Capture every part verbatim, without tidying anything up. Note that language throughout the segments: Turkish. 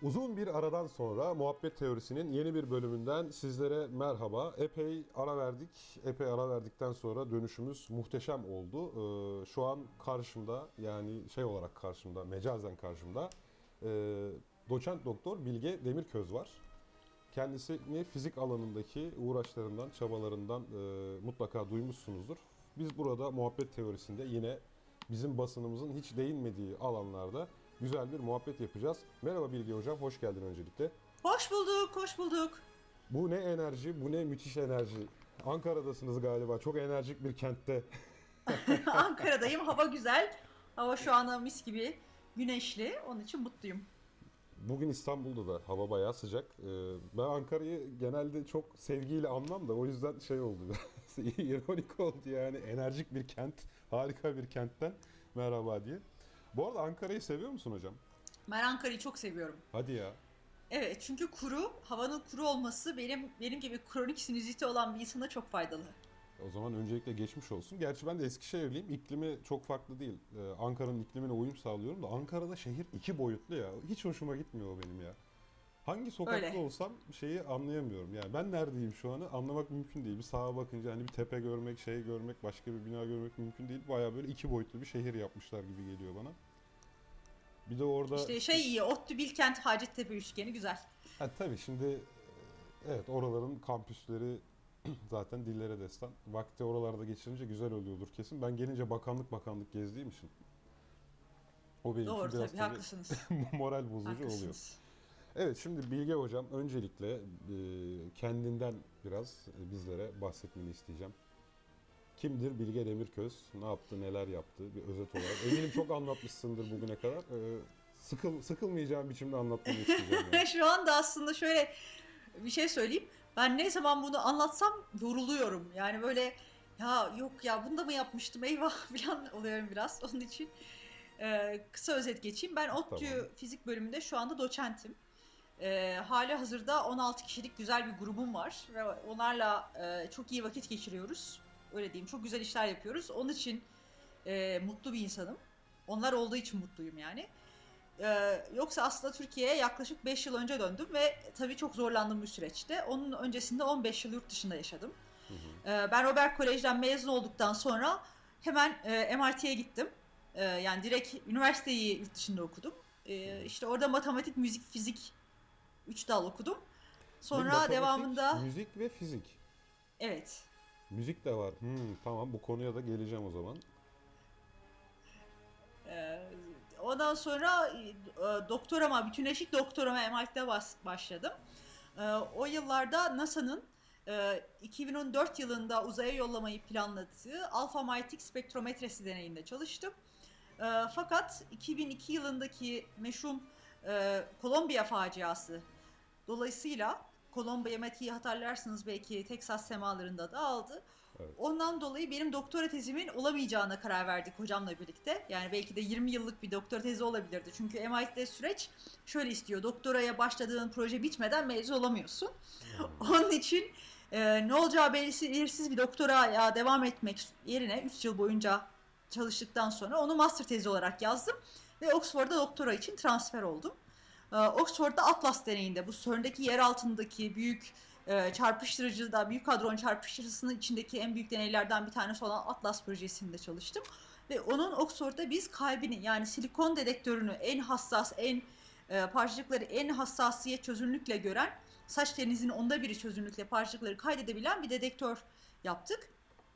Uzun bir aradan sonra Muhabbet Teorisi'nin yeni bir bölümünden sizlere merhaba. Epey ara verdik. Epey ara verdikten sonra dönüşümüz muhteşem oldu. Ee, şu an karşımda, yani şey olarak karşımda, mecazen karşımda e, doçent doktor Bilge Demirköz var. Kendisini fizik alanındaki uğraşlarından, çabalarından e, mutlaka duymuşsunuzdur. Biz burada Muhabbet Teorisi'nde yine bizim basınımızın hiç değinmediği alanlarda güzel bir muhabbet yapacağız. Merhaba Bilge Hocam, hoş geldin öncelikle. Hoş bulduk, hoş bulduk. Bu ne enerji, bu ne müthiş enerji. Ankara'dasınız galiba, çok enerjik bir kentte. Ankara'dayım, hava güzel. Hava şu anda mis gibi güneşli, onun için mutluyum. Bugün İstanbul'da da hava bayağı sıcak. Ee, Ben Ankara'yı genelde çok sevgiyle anmam da o yüzden şey oldu. İronik oldu yani. Enerjik bir kent, harika bir kentten merhaba diye. Bu arada Ankara'yı seviyor musun hocam? Ben Ankara'yı çok seviyorum. Hadi ya. Evet, çünkü kuru, havanın kuru olması benim benim gibi kronik sinüziti olan bir insana çok faydalı. O zaman öncelikle geçmiş olsun. Gerçi ben de Eskişehirliyim. İklimi çok farklı değil. Ee, Ankara'nın iklimine uyum sağlıyorum da Ankara'da şehir iki boyutlu ya. Hiç hoşuma gitmiyor o benim ya. Hangi sokakta Öyle. olsam şeyi anlayamıyorum. Yani ben neredeyim şu anı anlamak mümkün değil. Bir sağa bakınca hani bir tepe görmek, şey görmek, başka bir bina görmek mümkün değil. Baya böyle iki boyutlu bir şehir yapmışlar gibi geliyor bana. Bir de orada İşte işte, şey iyi, ODTÜ Bilkent Hacettepe üçgeni güzel. ha, tabii şimdi e, evet oraların kampüsleri zaten dillere destan. Vakti oralarda geçirince güzel oluyordur kesin. Ben gelince bakanlık bakanlık gezdiğim için o benim için Doğru biraz tabii, tabii haklısınız. moral bozucu oluyor. Haklısınız. Evet, şimdi Bilge Hocam öncelikle e, kendinden biraz e, bizlere bahsetmeni isteyeceğim. Kimdir Bilge Demirköz? Ne yaptı, neler yaptı? Bir özet olarak. Eminim çok anlatmışsındır bugüne kadar. E, sıkıl, sıkılmayacağım biçimde anlatmanı isteyeceğim yani. Şu anda aslında şöyle bir şey söyleyeyim. Ben ne zaman bunu anlatsam yoruluyorum. Yani böyle ya yok ya bunu da mı yapmıştım eyvah falan oluyorum biraz. Onun için e, kısa özet geçeyim. Ben Tamam. ODTÜ fizik bölümünde şu anda doçentim. E, hali hazırda on altı kişilik güzel bir grubum var. Ve onlarla e, çok iyi vakit geçiriyoruz. Öyle diyeyim. Çok güzel işler yapıyoruz. Onun için e, mutlu bir insanım. Onlar olduğu için mutluyum yani. Ee, yoksa aslında Türkiye'ye yaklaşık beş yıl önce döndüm ve tabii çok zorlandım bu süreçte. Onun öncesinde on beş yıl yurt dışında yaşadım. Hı hı. Ee, ben Robert Kolej'den mezun olduktan sonra hemen e, M R T'ye gittim. Ee, yani direkt üniversiteyi yurt dışında okudum. Hı Ee, hı. işte orada matematik, müzik, fizik üç dal okudum. Ne Sonra matematik, devamında müzik ve fizik. evet. Müzik de var. Hmm, tamam, bu konuya da geleceğim o zaman. Ee, ondan sonra e, doktorama, bütünleşik doktorama M R T'de başladım. Ee, o yıllarda NASA'nın e, iki bin on dört yılında uzaya yollamayı planladığı alfa manyetik spektrometresi deneyinde çalıştım. E, fakat iki bin iki yılındaki meşhum e, Kolombiya faciası dolayısıyla Kolombiya metiği hatırlarsınız belki Teksas semalarında dağıldı. Evet. Ondan dolayı benim doktora tezimin olamayacağına karar verdik hocamla birlikte. Yani belki de yirmi yıllık bir doktora tezi olabilirdi. Çünkü M I T'de süreç şöyle istiyor. Doktoraya başladığın proje bitmeden mezun olamıyorsun. Hmm. Onun için e, ne olacağı belirsiz bir doktoraya devam etmek yerine üç yıl boyunca çalıştıktan sonra onu master tezi olarak yazdım. Ve Oxford'a doktora için transfer oldum. Ee, Oxford'da Atlas deneyinde bu CERN'deki yer altındaki büyük e, çarpıştırıcıda, büyük hadron çarpıştırıcısının içindeki en büyük deneylerden bir tanesi olan Atlas projesinde çalıştım. Ve onun Oxford'da biz kalbini yani silikon dedektörünü en hassas, en e, parçacıkları en hassasiyet çözünürlükle gören, saç telinizin onda biri çözünürlükle parçacıkları kaydedebilen bir dedektör yaptık.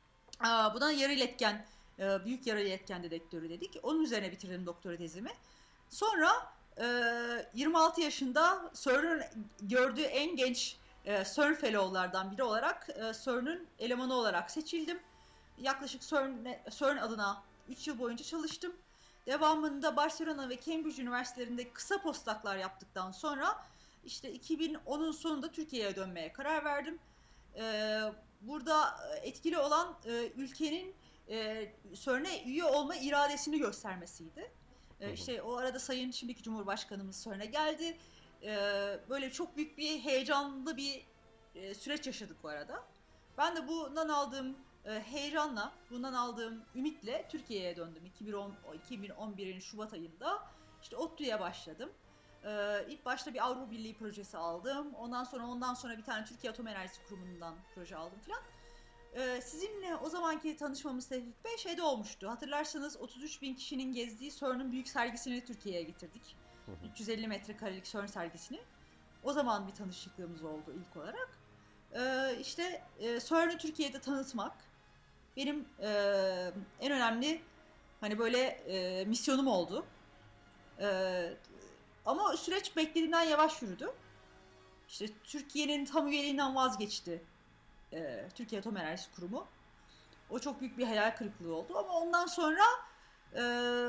Aa, buna yarı iletken, e, büyük yarı iletken dedektörü dedik. Onun üzerine bitirdim doktora tezimi. Sonra e, yirmi altı yaşında CERN'ün gördüğü en genç e, CERN Fellow'lardan biri olarak e, CERN'ün elemanı olarak seçildim. Yaklaşık CERN, CERN adına üç yıl boyunca çalıştım. Devamında Barcelona ve Cambridge üniversitelerinde kısa postdoc'lar yaptıktan sonra işte iki bin onun sonunda Türkiye'ye dönmeye karar verdim. Ee, burada etkili olan e, ülkenin e, CERN'e üye olma iradesini göstermesiydi. Hı E, hı. işte o arada Sayın şimdiki Cumhurbaşkanımız CERN'e geldi. E, böyle çok büyük bir heyecanlı bir e, süreç yaşadık o arada. Ben de bundan aldığım e, heyecanla, bundan aldığım ümitle Türkiye'ye döndüm. iki bin on, iki bin on birin Şubat ayında işte ODTÜ'ye başladım. Ee, ilk başta bir Avrupa Birliği projesi aldım. Ondan sonra ondan sonra bir tane Türkiye Atom Enerjisi Kurumu'ndan proje aldım filan. Ee, sizinle o zamanki tanışmamız Tevfik Bey şeyde olmuştu. Hatırlarsanız otuz üç bin kişinin gezdiği CERN'ün büyük sergisini Türkiye'ye getirdik. Hı hı. üç yüz elli metrekarelik CERN sergisini. O zaman bir tanışıklığımız oldu ilk olarak. Ee, işte e, CERN'ü Türkiye'de tanıtmak benim e, en önemli hani böyle e, misyonum oldu. E, ama süreç beklediğimden yavaş yürüdü. İşte Türkiye'nin tam üyeliğinden vazgeçti e, Türkiye Atom Enerjisi Kurumu. O çok büyük bir hayal kırıklığı oldu ama ondan sonra e,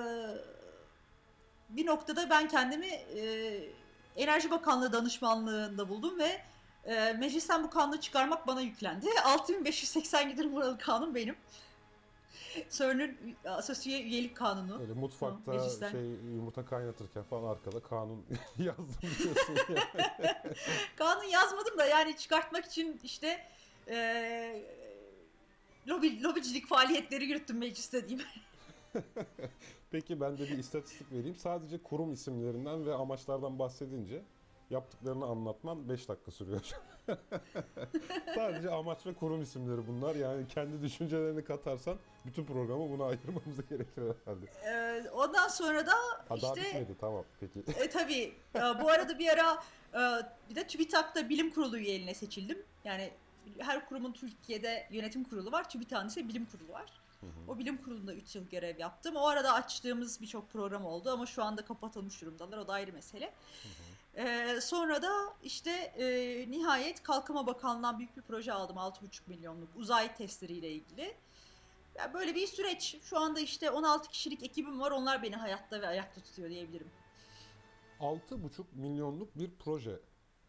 bir noktada ben kendimi e, Enerji Bakanlığı danışmanlığında buldum ve e, meclisten bu kanunu çıkarmak bana yüklendi. altı bin beş yüz seksen yedi numaralı kanun benim. CERN'ün asosiye üyelik kanunu. Öyle mutfakta Meclisten. şey yumurta kaynatırken falan arkada kanun yazdım diyorsun yani. Kanun yazmadım da yani çıkartmak için işte e, lobi, lobicilik faaliyetleri yürüttüm mecliste diyeyim. Peki ben de bir istatistik vereyim. Sadece kurum isimlerinden ve amaçlardan bahsedince yaptıklarını anlatman beş dakika sürüyor. Sadece amaç ve kurum isimleri bunlar. Yani kendi düşüncelerini katarsan bütün programı buna ayırmamız gerekir herhalde. E, ondan sonra da Ha, daha işte bitmedi, tamam peki. e, tabii e, bu arada bir ara e, bir de TÜBİTAK'ta bilim kurulu üyeliğine seçildim. Yani her kurumun Türkiye'de yönetim kurulu var. TÜBİTAK'ın ise bilim kurulu var. Hı hı. O bilim kurulunda üç yıl görev yaptım. O arada açtığımız birçok program oldu ama şu anda kapatılmış durumdalar. O da ayrı mesele. Hı hı. Ee, sonra da işte e, nihayet Kalkınma Bakanlığı'ndan büyük bir proje aldım. altı buçuk milyonluk uzay testleriyle ilgili. Yani böyle bir süreç. Şu anda işte on altı kişilik ekibim var. Onlar beni hayatta ve ayakta tutuyor diyebilirim. altı buçuk milyonluk bir projeden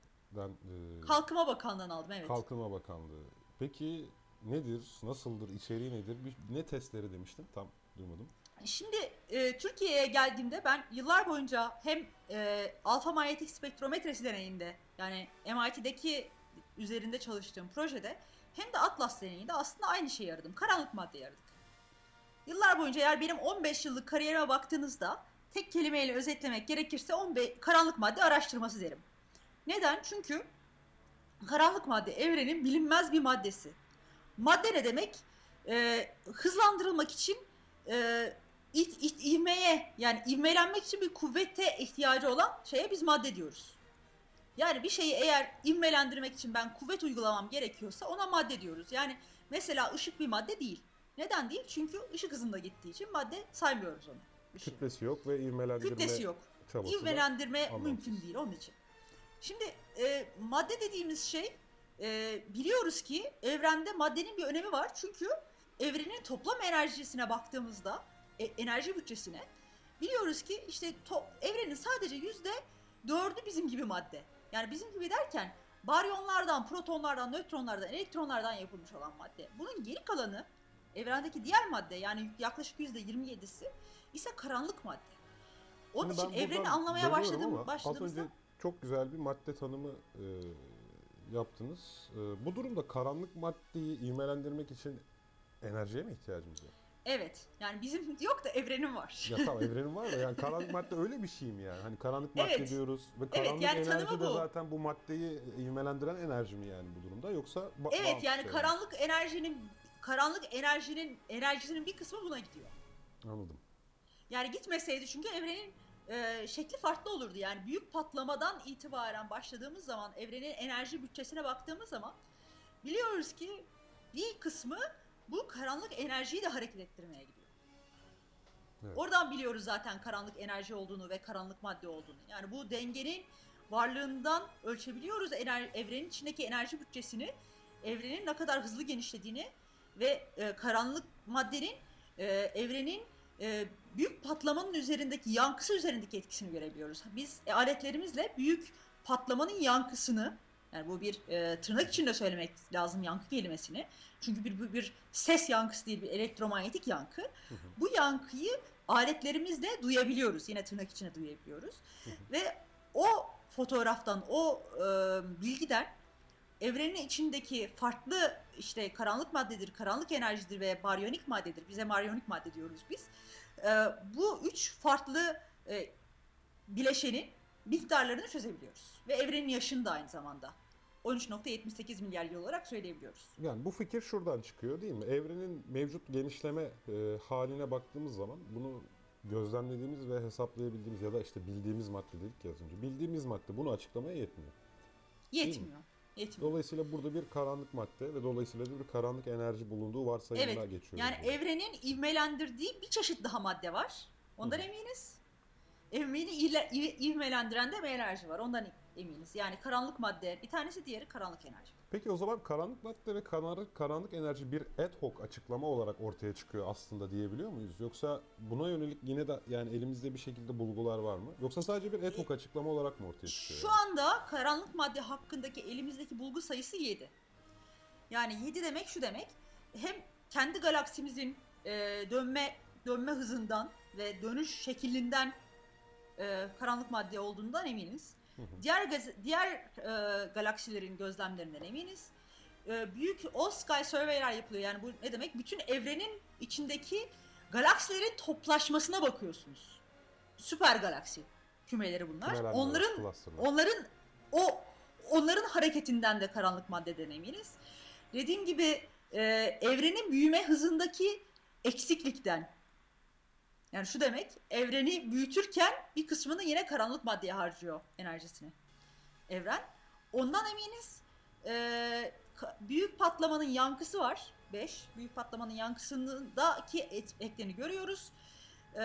e, Kalkınma Bakanlığı'ndan aldım, evet. Kalkınma Bakanlığı. Peki nedir, nasıldır, içeriği nedir? Bir, ne testleri demiştin? Tam duymadım. Şimdi e, Türkiye'ye geldiğimde ben yıllar boyunca hem e, alfa manyetik spektrometresi deneyinde yani M I T'deki üzerinde çalıştığım projede hem de Atlas deneyinde aslında aynı şeyi aradım. Karanlık maddeyi aradık. Yıllar boyunca eğer benim on beş yıllık kariyerime baktığınızda tek kelimeyle özetlemek gerekirse on beş, karanlık madde araştırması derim. Neden? Çünkü karanlık madde evrenin bilinmez bir maddesi. Madde ne demek? Ee, hızlandırılmak için e, it, it, ivmeye yani ivmelenmek için bir kuvvete ihtiyacı olan şeye biz madde diyoruz. Yani bir şeyi eğer ivmelendirmek için ben kuvvet uygulamam gerekiyorsa ona madde diyoruz. Yani mesela ışık bir madde değil. Neden değil? Çünkü ışık hızında gittiği için madde saymıyoruz onu. Işığı. Kütlesi yok ve ivmelendirme Kütlesi yok. çabası da İvmelendirme anlamsız. mümkün değil onun için. Şimdi e, madde dediğimiz şey e, biliyoruz ki evrende maddenin bir önemi var. Çünkü evrenin toplam enerjisine baktığımızda e, enerji bütçesine biliyoruz ki işte to, evrenin sadece yüzde dördü bizim gibi madde. Yani bizim gibi derken baryonlardan, protonlardan, nötronlardan, elektronlardan yapılmış olan madde. Bunun geri kalanı evrendeki diğer madde yani yaklaşık yüzde yirmi yedisi ise karanlık madde. Onun Şimdi için ben evreni buradan anlamaya bölüyorum başladım, ama başladığımızda... Az önce çok güzel bir madde tanımı e, yaptınız. E, bu durumda karanlık maddeyi ivmelendirmek için enerjiye mi ihtiyacımız var? Evet. Yani bizim yok da evrenin var. Ya tamam, evrenin var da yani karanlık madde öyle bir şey mi yani? Hani karanlık madde Evet. diyoruz ve Evet, karanlık yani enerji tanımı de bu. zaten bu maddeyi ivmelendiren enerji mi yani bu durumda, yoksa ba- Evet, bağımsız yani şey mi? karanlık enerjinin karanlık enerjinin enerjisinin bir kısmı buna gidiyor. Anladım. Yani gitmeseydi çünkü evrenin e, şekli farklı olurdu. Yani büyük patlamadan itibaren başladığımız zaman evrenin enerji bütçesine baktığımız zaman biliyoruz ki bir kısmı bu karanlık enerjiyi de hareket ettirmeye gidiyor. Evet. Oradan biliyoruz zaten karanlık enerji olduğunu ve karanlık madde olduğunu. Yani bu dengenin varlığından ölçebiliyoruz ener- evrenin içindeki enerji bütçesini, evrenin ne kadar hızlı genişlediğini ve e, karanlık maddenin e, evrenin e, büyük patlamanın üzerindeki yankısı üzerindeki etkisini görebiliyoruz. Biz e, aletlerimizle büyük patlamanın yankısını, yani bu bir e, tırnak içinde söylemek lazım yankı kelimesini. Çünkü bir, bir, bir ses yankısı değil, bir elektromanyetik yankı. Hı hı. Bu yankıyı aletlerimizle duyabiliyoruz. Yine tırnak içine duyabiliyoruz. Hı hı. Ve o fotoğraftan, o e, bilgiden evrenin içindeki farklı işte karanlık maddedir, karanlık enerjidir ve baryonik maddedir. Bize baryonik madde diyoruz biz. E, bu üç farklı e, bileşenin miktarlarını çözebiliyoruz. Ve evrenin yaşını da aynı zamanda on üç nokta yetmiş sekiz milyar yıl olarak söyleyebiliyoruz. Yani bu fikir şuradan çıkıyor değil mi? Evrenin mevcut genişleme e, haline baktığımız zaman bunu gözlemlediğimiz ve hesaplayabildiğimiz ya da işte bildiğimiz madde dedik ya az önce. Bildiğimiz madde bunu açıklamaya yetmiyor. Yetmiyor. Yetmiyor. Dolayısıyla burada bir karanlık madde ve dolayısıyla da bir karanlık enerji bulunduğu varsayımına Evet. geçiyor. Yani evrenin ivmelendirdiği bir çeşit daha madde var. Ondan Hı. eminiz. Evreni ivmelendiren de bir enerji var. Ondan eminiz. Yani karanlık madde bir tanesi, diğeri karanlık enerji. Peki o zaman karanlık madde ve karanlık, karanlık enerji bir ad hoc açıklama olarak ortaya çıkıyor aslında diyebiliyor muyuz? Yoksa buna yönelik yine de yani elimizde bir şekilde bulgular var mı? Yoksa sadece bir ad hoc açıklama olarak mı ortaya çıkıyor? Şu yani? anda karanlık madde hakkındaki elimizdeki bulgu sayısı yedi. Yani yedi demek şu demek. Hem kendi galaksimizin e, dönme dönme hızından ve dönüş şeklinden e, karanlık madde olduğundan eminiz. Hı hı. Diğer gaz, diğer e, galaksilerin gözlemlerinden eminiz. E, büyük all-sky survey'ler yapılıyor. Yani bu ne demek? Bütün evrenin içindeki galaksilerin toplaşmasına bakıyorsunuz. Süper galaksi kümeleri bunlar. Kümeler onların clusterlar. onların o onların hareketinden de karanlık maddeden eminiz. Dediğim gibi e, evrenin büyüme hızındaki eksiklikten. Yani şu demek, evreni büyütürken bir kısmını yine karanlık maddeye harcıyor enerjisini. Evren. Ondan eminiz. E, büyük patlamanın yankısı var. beş. Büyük patlamanın yankısındaki et, eklerini görüyoruz. E,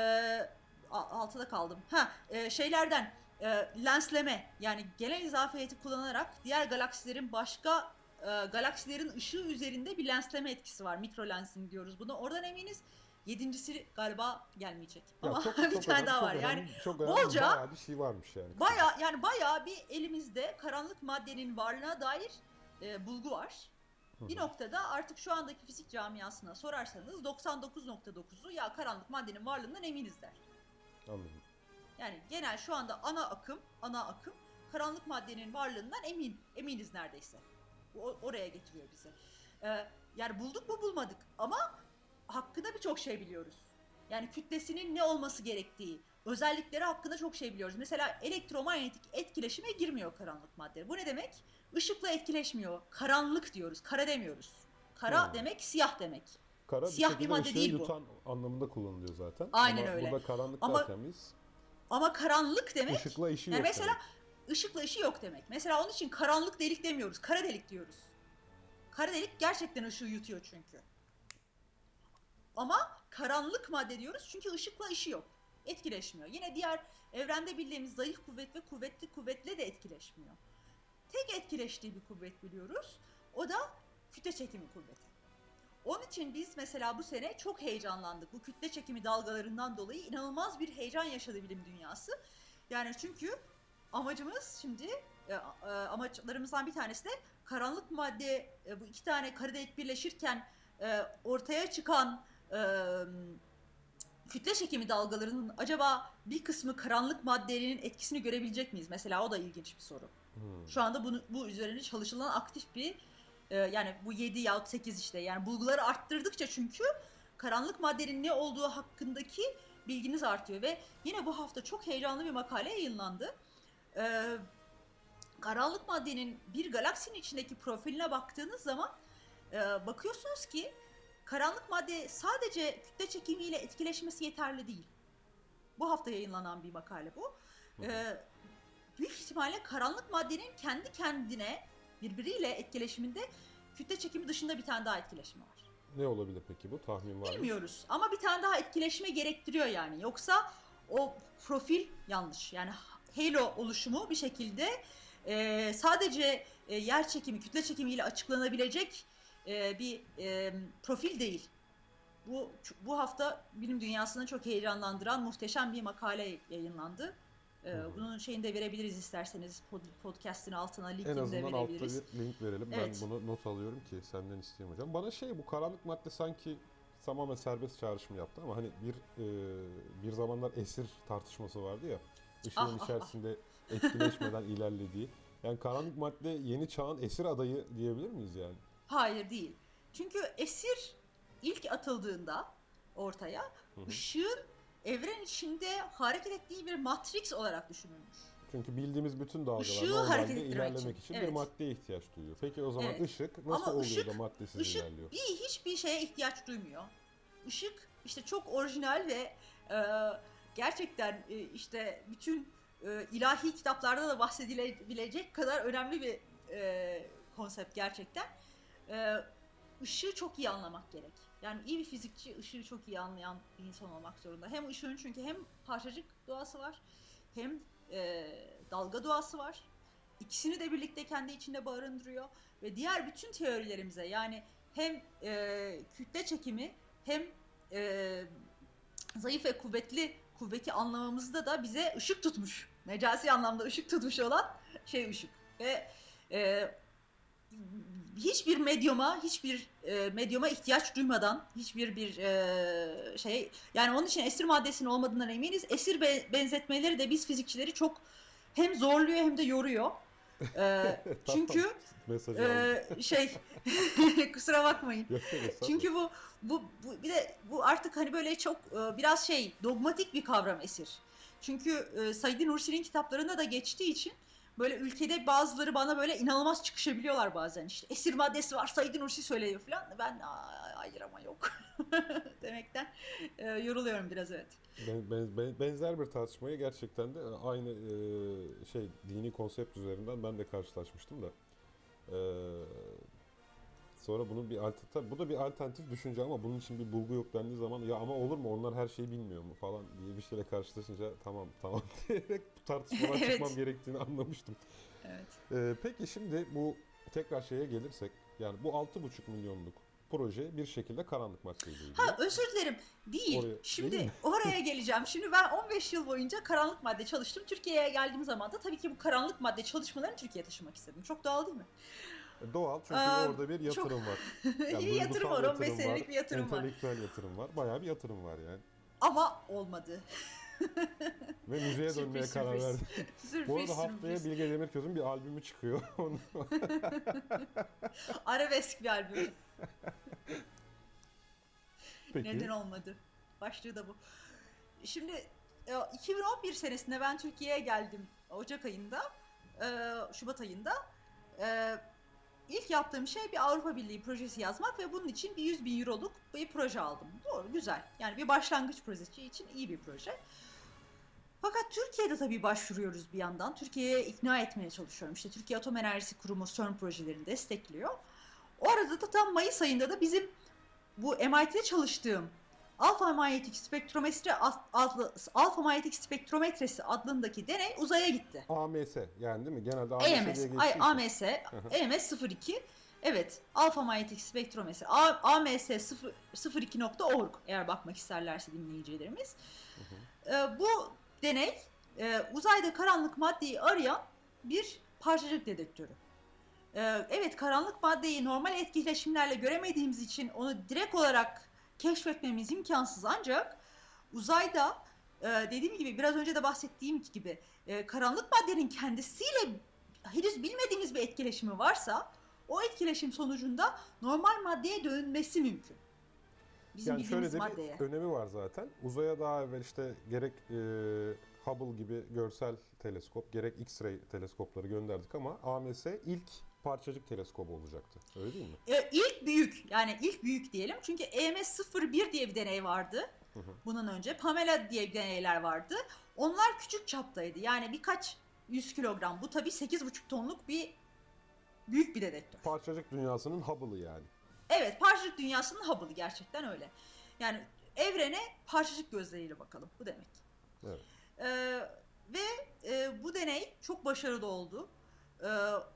altıda kaldım. Ha, e, şeylerden e, lensleme, yani genel izafiyeti kullanarak diğer galaksilerin başka e, galaksilerin ışığı üzerinde bir lensleme etkisi var. Mikro lensing diyoruz buna. Oradan eminiz. Yedincisi galiba gelmeyecek. Ya ama çok, bir çok tane önemli, daha var. Önemli, yani çok önemli, bolca bayağı bir şey varmış yani. Bayağı yani bayağı bir elimizde karanlık maddenin varlığına dair e, bulgu var. Hı-hı. Bir noktada artık şu andaki fizik camiasına sorarsanız doksan dokuz nokta dokuzu ya karanlık maddenin varlığından eminiz der. Anladım. Yani genel şu anda ana akım, ana akım karanlık maddenin varlığından emin, eminiz neredeyse. O, oraya getiriyor bizi. Ee, yani bulduk mu bulmadık ama hakkında birçok şey biliyoruz. Yani kütlesinin ne olması gerektiği, özellikleri hakkında çok şey biliyoruz. Mesela elektromanyetik etkileşime girmiyor karanlık madde. Bu ne demek? Işıkla etkileşmiyor. Karanlık diyoruz, kara demiyoruz. Kara hmm. demek siyah demek. Kara siyah bir, bir madde değil yutan bu. anlamında kullanılıyor zaten. Aynen ama öyle. Burada karanlık ama, derken biz... Ama karanlık demek... Işıkla işi yani yok mesela, demek. Işıkla işi yok demek. Mesela onun için karanlık delik demiyoruz. Kara delik diyoruz. Kara delik gerçekten ışığı yutuyor çünkü. Ama karanlık madde diyoruz çünkü ışıkla işi yok. Etkileşmiyor. Yine diğer evrende bildiğimiz zayıf kuvvet ve kuvvetli kuvvetle de etkileşmiyor. Tek etkileştiği bir kuvvet biliyoruz. O da kütle çekimi kuvveti. Onun için biz mesela bu sene çok heyecanlandık. Bu kütle çekimi dalgalarından dolayı inanılmaz bir heyecan yaşadı bilim dünyası. Yani çünkü amacımız şimdi, e, e, amaçlarımızdan bir tanesi de karanlık madde, e, bu iki tane kara delik birleşirken e, ortaya çıkan e, kütle çekimi dalgalarının acaba bir kısmı karanlık maddenin etkisini görebilecek miyiz? Mesela o da ilginç bir soru. Hmm. Şu anda bunu, bu üzerine çalışılan aktif bir e, yani bu yedi yahut sekiz işte yani bulguları arttırdıkça çünkü karanlık maddenin ne olduğu hakkındaki bilginiz artıyor ve yine bu hafta çok heyecanlı bir makale yayınlandı. Ee, karanlık maddenin bir galaksinin içindeki profiline baktığınız zaman e, bakıyorsunuz ki karanlık madde sadece kütle çekimiyle etkileşmesi yeterli değil. Bu hafta yayınlanan bir makale bu. Ee, büyük ihtimalle karanlık maddenin kendi kendine birbiriyle etkileşiminde kütle çekimi dışında bir tane daha etkileşimi var. Ne olabilir peki bu? Tahmin var mı? Bilmiyoruz ama bir tane daha etkileşime gerektiriyor yani. Yoksa o profil yanlış. Yani halo oluşumu bir şekilde e, sadece e, yer çekimi, kütle çekimiyle açıklanabilecek e, bir e, profil değil. Bu bu hafta bilim dünyasını çok heyecanlandıran muhteşem bir makale yayınlandı. Ee, bunun şeyini de verebiliriz isterseniz pod, podcast'in altına linkini de verebiliriz. En azından altta bir link verelim. Evet. Ben bunu not alıyorum ki senden isteyeyim hocam. Bana şey bu karanlık madde sanki tamamen serbest çağrışım yaptı ama hani bir e, bir zamanlar esir tartışması vardı ya. Işığın ah, içerisinde ah. etkileşmeden ilerlediği. Yani karanlık madde yeni çağın esir adayı diyebilir miyiz yani? Hayır değil. Çünkü esir ilk atıldığında ortaya hı hı. ışığın evren içinde hareket ettiği bir matrix olarak düşünülmüş. Çünkü bildiğimiz bütün dalgalar Işığı normalde hareket ettirmek ilerlemek için. için bir Evet. maddeye ihtiyaç duyuyor. Peki o zaman Evet. ışık nasıl Ama oluyor ışık, da maddesiz ışık ilerliyor? bir hiçbir şeye ihtiyaç duymuyor. Işık işte çok orijinal ve e, gerçekten e, işte bütün e, ilahi kitaplarda da bahsedilebilecek kadar önemli bir e, konsept gerçekten. E, ışığı çok iyi anlamak gerek. Yani iyi bir fizikçi ışığı çok iyi anlayan bir insan olmak zorunda. Hem ışığın çünkü hem parçacık doğası var, hem e, dalga doğası var. İkisini de birlikte kendi içinde barındırıyor ve diğer bütün teorilerimize, yani hem e, kütle çekimi hem e, zayıf ve kuvvetli kuvveti anlamamızda da bize ışık tutmuş. Mecazi anlamda ışık tutmuş olan şey ışık. Ve e, hiçbir medyuma, hiçbir e, medyuma ihtiyaç duymadan, hiçbir bir e, şey, yani onun için esir maddesinin olmadığından eminiz. Esir be- benzetmeleri de biz fizikçileri çok hem zorluyor hem de yoruyor. E, Tamam, çünkü mesajı aldım. e, şey kusura bakmayın. Yok yok, estağfurullah. Çünkü bu bu bu bir de bu artık hani böyle çok e, biraz şey dogmatik bir kavram esir. Çünkü e, Said Nursi'nin kitaplarında da geçtiği için böyle ülkede bazıları bana böyle inanılmaz çıkışabiliyorlar bazen. İşte esir maddesi var, Said Nursi söylüyor falan. Ben "Aa, hayır ama yok demekten e, yoruluyorum biraz, evet. Ben, ben- ben- benzer bir tartışmayı gerçekten de aynı e, şey dini konsept üzerinden ben de karşılaşmıştım da. E, sonra bunun bir alternatif, bu da bir alternatif düşünce ama bunun için bir bulgu yok dendiği zaman ya ama olur mu onlar her şeyi bilmiyor mu falan diye bir şeyle karşılaşınca tamam tamam diyerek bu tartışmadan Evet. çıkmam gerektiğini anlamıştım. Evet. E, peki şimdi bu tekrar şeye gelirsek yani bu altı buçuk milyonluk proje bir şekilde karanlık maddeyle ilgili. Ha, özür dilerim. Değil. Oraya- Şimdi değil mi? oraya geleceğim. Şimdi ben on beş yıl boyunca karanlık madde çalıştım. Türkiye'ye geldiğim zaman da tabii ki bu karanlık madde çalışmalarını Türkiye'ye taşımak istedim. Çok doğal değil mi? Doğal çünkü Aa, orada bir çok- yatırım var. İyi bir yatırım duygusal var. on beş senelik bir yatırım var. entelektüel yatırım var. Bayağı bir yatırım var yani. Ama olmadı. Ve müzeye Sürpriz, dönmeye karar sürpriz. verdi. Sürpriz, Bu arada haftaya sürpriz. Bilge Demirköz'ün bir albümü çıkıyor. Onu- Arabesk bir albüm. Peki. Neden olmadı? Başlığı da bu. Şimdi e, iki bin on bir senesinde ben Türkiye'ye geldim. Ocak ayında, e, Şubat ayında. E, İlk yaptığım şey bir Avrupa Birliği projesi yazmak ve bunun için bir yüz bin euroluk bir proje aldım. Doğru, güzel. Yani bir başlangıç projesi için iyi bir proje. Fakat Türkiye'de tabii başvuruyoruz bir yandan. Türkiye'ye ikna etmeye çalışıyorum. İşte Türkiye Atom Enerjisi Kurumu CERN projelerini destekliyor. O arada da tam Mayıs ayında da bizim bu M I T'de çalıştığım alfa manyetik spektrometri adlı alfa manyetik spektrometresi adındaki deney uzaya gitti. A M S yani değil mi? Genelde A M S E M S, diye geçtiği ay, için. A M S, E M S sıfır iki. Evet, alfa manyetik spektrometri. A- AMS sıfır iki nokta org eğer bakmak isterlerse dinleyicilerimiz. Ee, bu deney e, uzayda karanlık maddeyi arayan bir parçacık dedektörü. Ee, evet, karanlık maddeyi normal etkileşimlerle göremediğimiz için onu direkt olarak keşfetmemiz imkansız, ancak uzayda e, dediğim gibi biraz önce de bahsettiğim gibi e, karanlık maddenin kendisiyle henüz bilmediğimiz bir etkileşimi varsa o etkileşim sonucunda normal maddeye dönmesi mümkün. Bizim Yani şöyle bildiğimiz de maddeye. bir önemi var zaten. Uzaya daha evvel işte gerek e, Hubble gibi görsel teleskop, gerek X-ray teleskopları gönderdik ama A M S ilk parçacık teleskobu olacaktı. Öyle değil mi? Ee, ilk büyük, yani ilk büyük diyelim, çünkü E M S sıfır bir diye bir deney vardı Hı hı. bunun önce. Pamela diye bir deneyler vardı. Onlar küçük çaptaydı, yani birkaç yüz kilogram. Bu tabii sekiz buçuk tonluk bir büyük bir dedektör. Parçacık dünyasının Hubble'ı yani. Evet, parçacık dünyasının Hubble'ı, gerçekten öyle. Yani evrene parçacık gözleriyle bakalım, bu demek. Evet. Ee, ve e, bu deney çok başarılı oldu. Ee,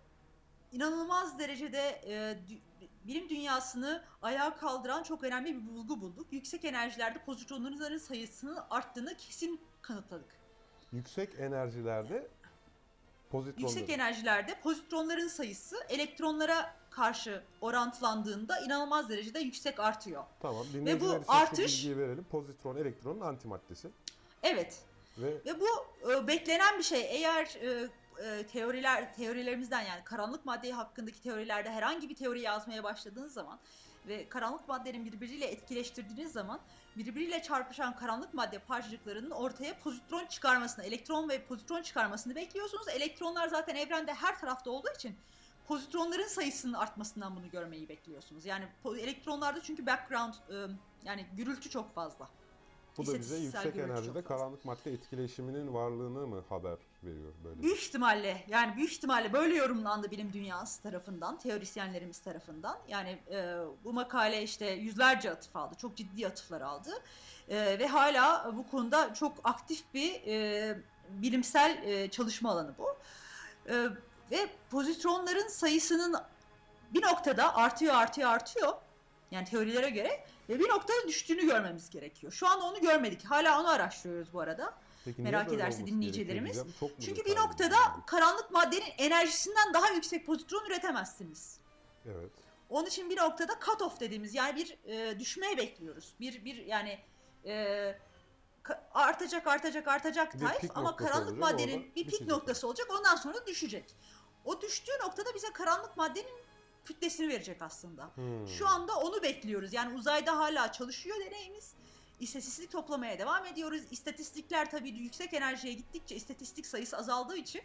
inanılmaz derecede e, dü- bilim dünyasını ayağa kaldıran çok önemli bir bulgu bulduk. Yüksek enerjilerde pozitronların sayısının arttığını kesin kanıtladık. Yüksek enerjilerde pozitronları. Yüksek enerjilerde pozitronların sayısı elektronlara karşı orantılandığında inanılmaz derecede yüksek artıyor. Tamam. Dinleyiciler için artış- şu bilgiyi verelim. Pozitron elektronun antimaddesi. Evet. Ve Ve bu e, beklenen bir şey. Eğer e, e, teoriler teorilerimizden, yani karanlık madde hakkındaki teorilerde herhangi bir teori yazmaya başladığınız zaman ve karanlık maddenin birbiriyle etkileştirdiğiniz zaman birbiriyle çarpışan karanlık madde parçacıklarının ortaya pozitron çıkarmasını, elektron ve pozitron çıkarmasını bekliyorsunuz. Elektronlar zaten evrende her tarafta olduğu için pozitronların sayısının artmasından bunu görmeyi bekliyorsunuz. Yani elektronlarda çünkü background yani gürültü çok fazla. Bu da bize yüksek enerjide çok karanlık madde etkileşiminin varlığını mı haber veriyor böyle? Büyük ihtimalle yani büyük ihtimalle böyle yorumlandı bilim dünyası tarafından, teorisyenlerimiz tarafından. Yani e, bu makale işte yüzlerce atıf aldı, çok ciddi atıflar aldı e, ve hala bu konuda çok aktif bir e, bilimsel e, çalışma alanı bu. E, ve pozitronların sayısının bir noktada artıyor, artıyor, artıyor. Yani teorilere göre ve bir noktada düştüğünü görmemiz gerekiyor. Şu anda onu görmedik. Hala onu araştırıyoruz bu arada. Peki, merak ederse dinleyicilerimiz. Çünkü bir detaylı noktada bilgi? karanlık maddenin enerjisinden daha yüksek pozitron üretemezsiniz. Evet. Onun için bir noktada cut off dediğimiz yani bir e, düşmeyi bekliyoruz. Bir bir yani e, artacak artacak artacak tayf ama karanlık maddenin bir pik düşecek. noktası olacak, ondan sonra düşecek. O düştüğü noktada bize karanlık maddenin kütlesini verecek aslında. Hmm. Şu anda onu bekliyoruz. Yani uzayda hala çalışıyor deneyimiz. İstatistik toplamaya devam ediyoruz. İstatistikler tabii yüksek enerjiye gittikçe istatistik sayısı azaldığı için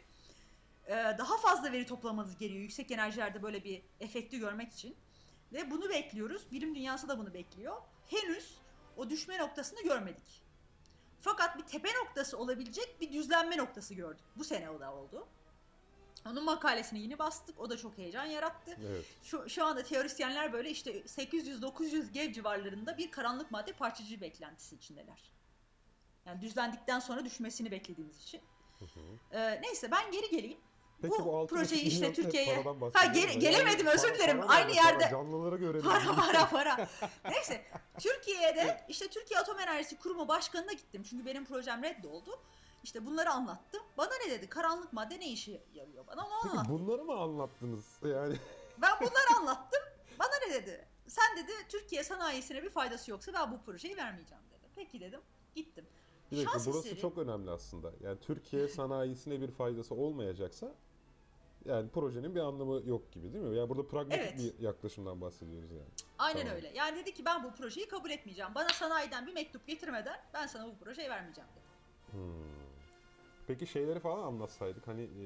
daha fazla veri toplamanız gerekiyor. Yüksek enerjilerde böyle bir efekti görmek için. Ve bunu bekliyoruz. Bilim dünyası da bunu bekliyor. Henüz o düşme noktasını görmedik. Fakat bir tepe noktası olabilecek bir düzlenme noktası gördük. Bu sene o da oldu. Onun makalesini yeni bastık. O da çok heyecan yarattı. Evet. Şu, şu anda teorisyenler böyle işte sekiz yüz dokuz yüz G civarlarında bir karanlık madde parçacığı beklentisi içindeler. Yani düzlendikten sonra düşmesini beklediğimiz için. Hı hı. Ee, neyse ben geri geleyim. Peki, bu, bu projeyi işte Türkiye'ye... Ha geri, gelemedim yani, özür para, dilerim. para, Aynı para, yerde... Canlılara göre... Para para para. Neyse Türkiye'de işte Türkiye Atom Enerjisi Kurumu Başkanı'na gittim. Çünkü benim projem reddoldu. İşte bunları anlattım. Bana ne dedi? Karanlık madde ne işe yarıyor? Bana onu Peki, anlattı. bunları mı anlattınız? Yani Ben bunları anlattım. Bana ne dedi? Sen dedi Türkiye sanayisine bir faydası yoksa ben bu projeyi vermeyeceğim dedi. Peki dedim. Gittim. bir dakika, Şans burası eseri, çok önemli aslında. Yani Türkiye sanayisine bir faydası olmayacaksa yani projenin bir anlamı yok gibi değil mi? Yani burada pragmatik Evet. bir yaklaşımdan bahsediyoruz yani. Aynen Tamam. öyle. Yani dedi ki ben bu projeyi kabul etmeyeceğim. Bana sanayiden bir mektup getirmeden ben sana bu projeyi vermeyeceğim dedi. Hmm. Peki şeyleri falan anlatsaydık hani e,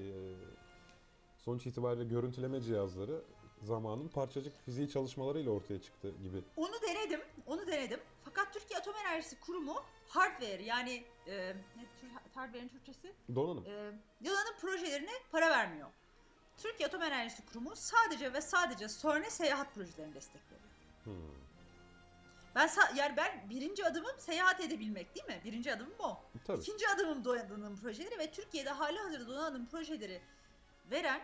sonuç itibariyle görüntüleme cihazları zamanın parçacık fiziği çalışmalarıyla ortaya çıktı gibi. Onu denedim, onu denedim. Fakat Türkiye Atom Enerjisi Kurumu hardware yani e, ne tür hardware'in Türkçesi? Donanım. E, donanım projelerine para vermiyor. Türkiye Atom Enerjisi Kurumu sadece ve sadece CERN'e seyahat projelerini destekliyor. Hmm. Ben yani ben birinci adımım seyahat edebilmek değil mi? Birinci adımım o. Tabii. İkinci adımım donanım projeleri ve Türkiye'de hali hazırda donanım projeleri veren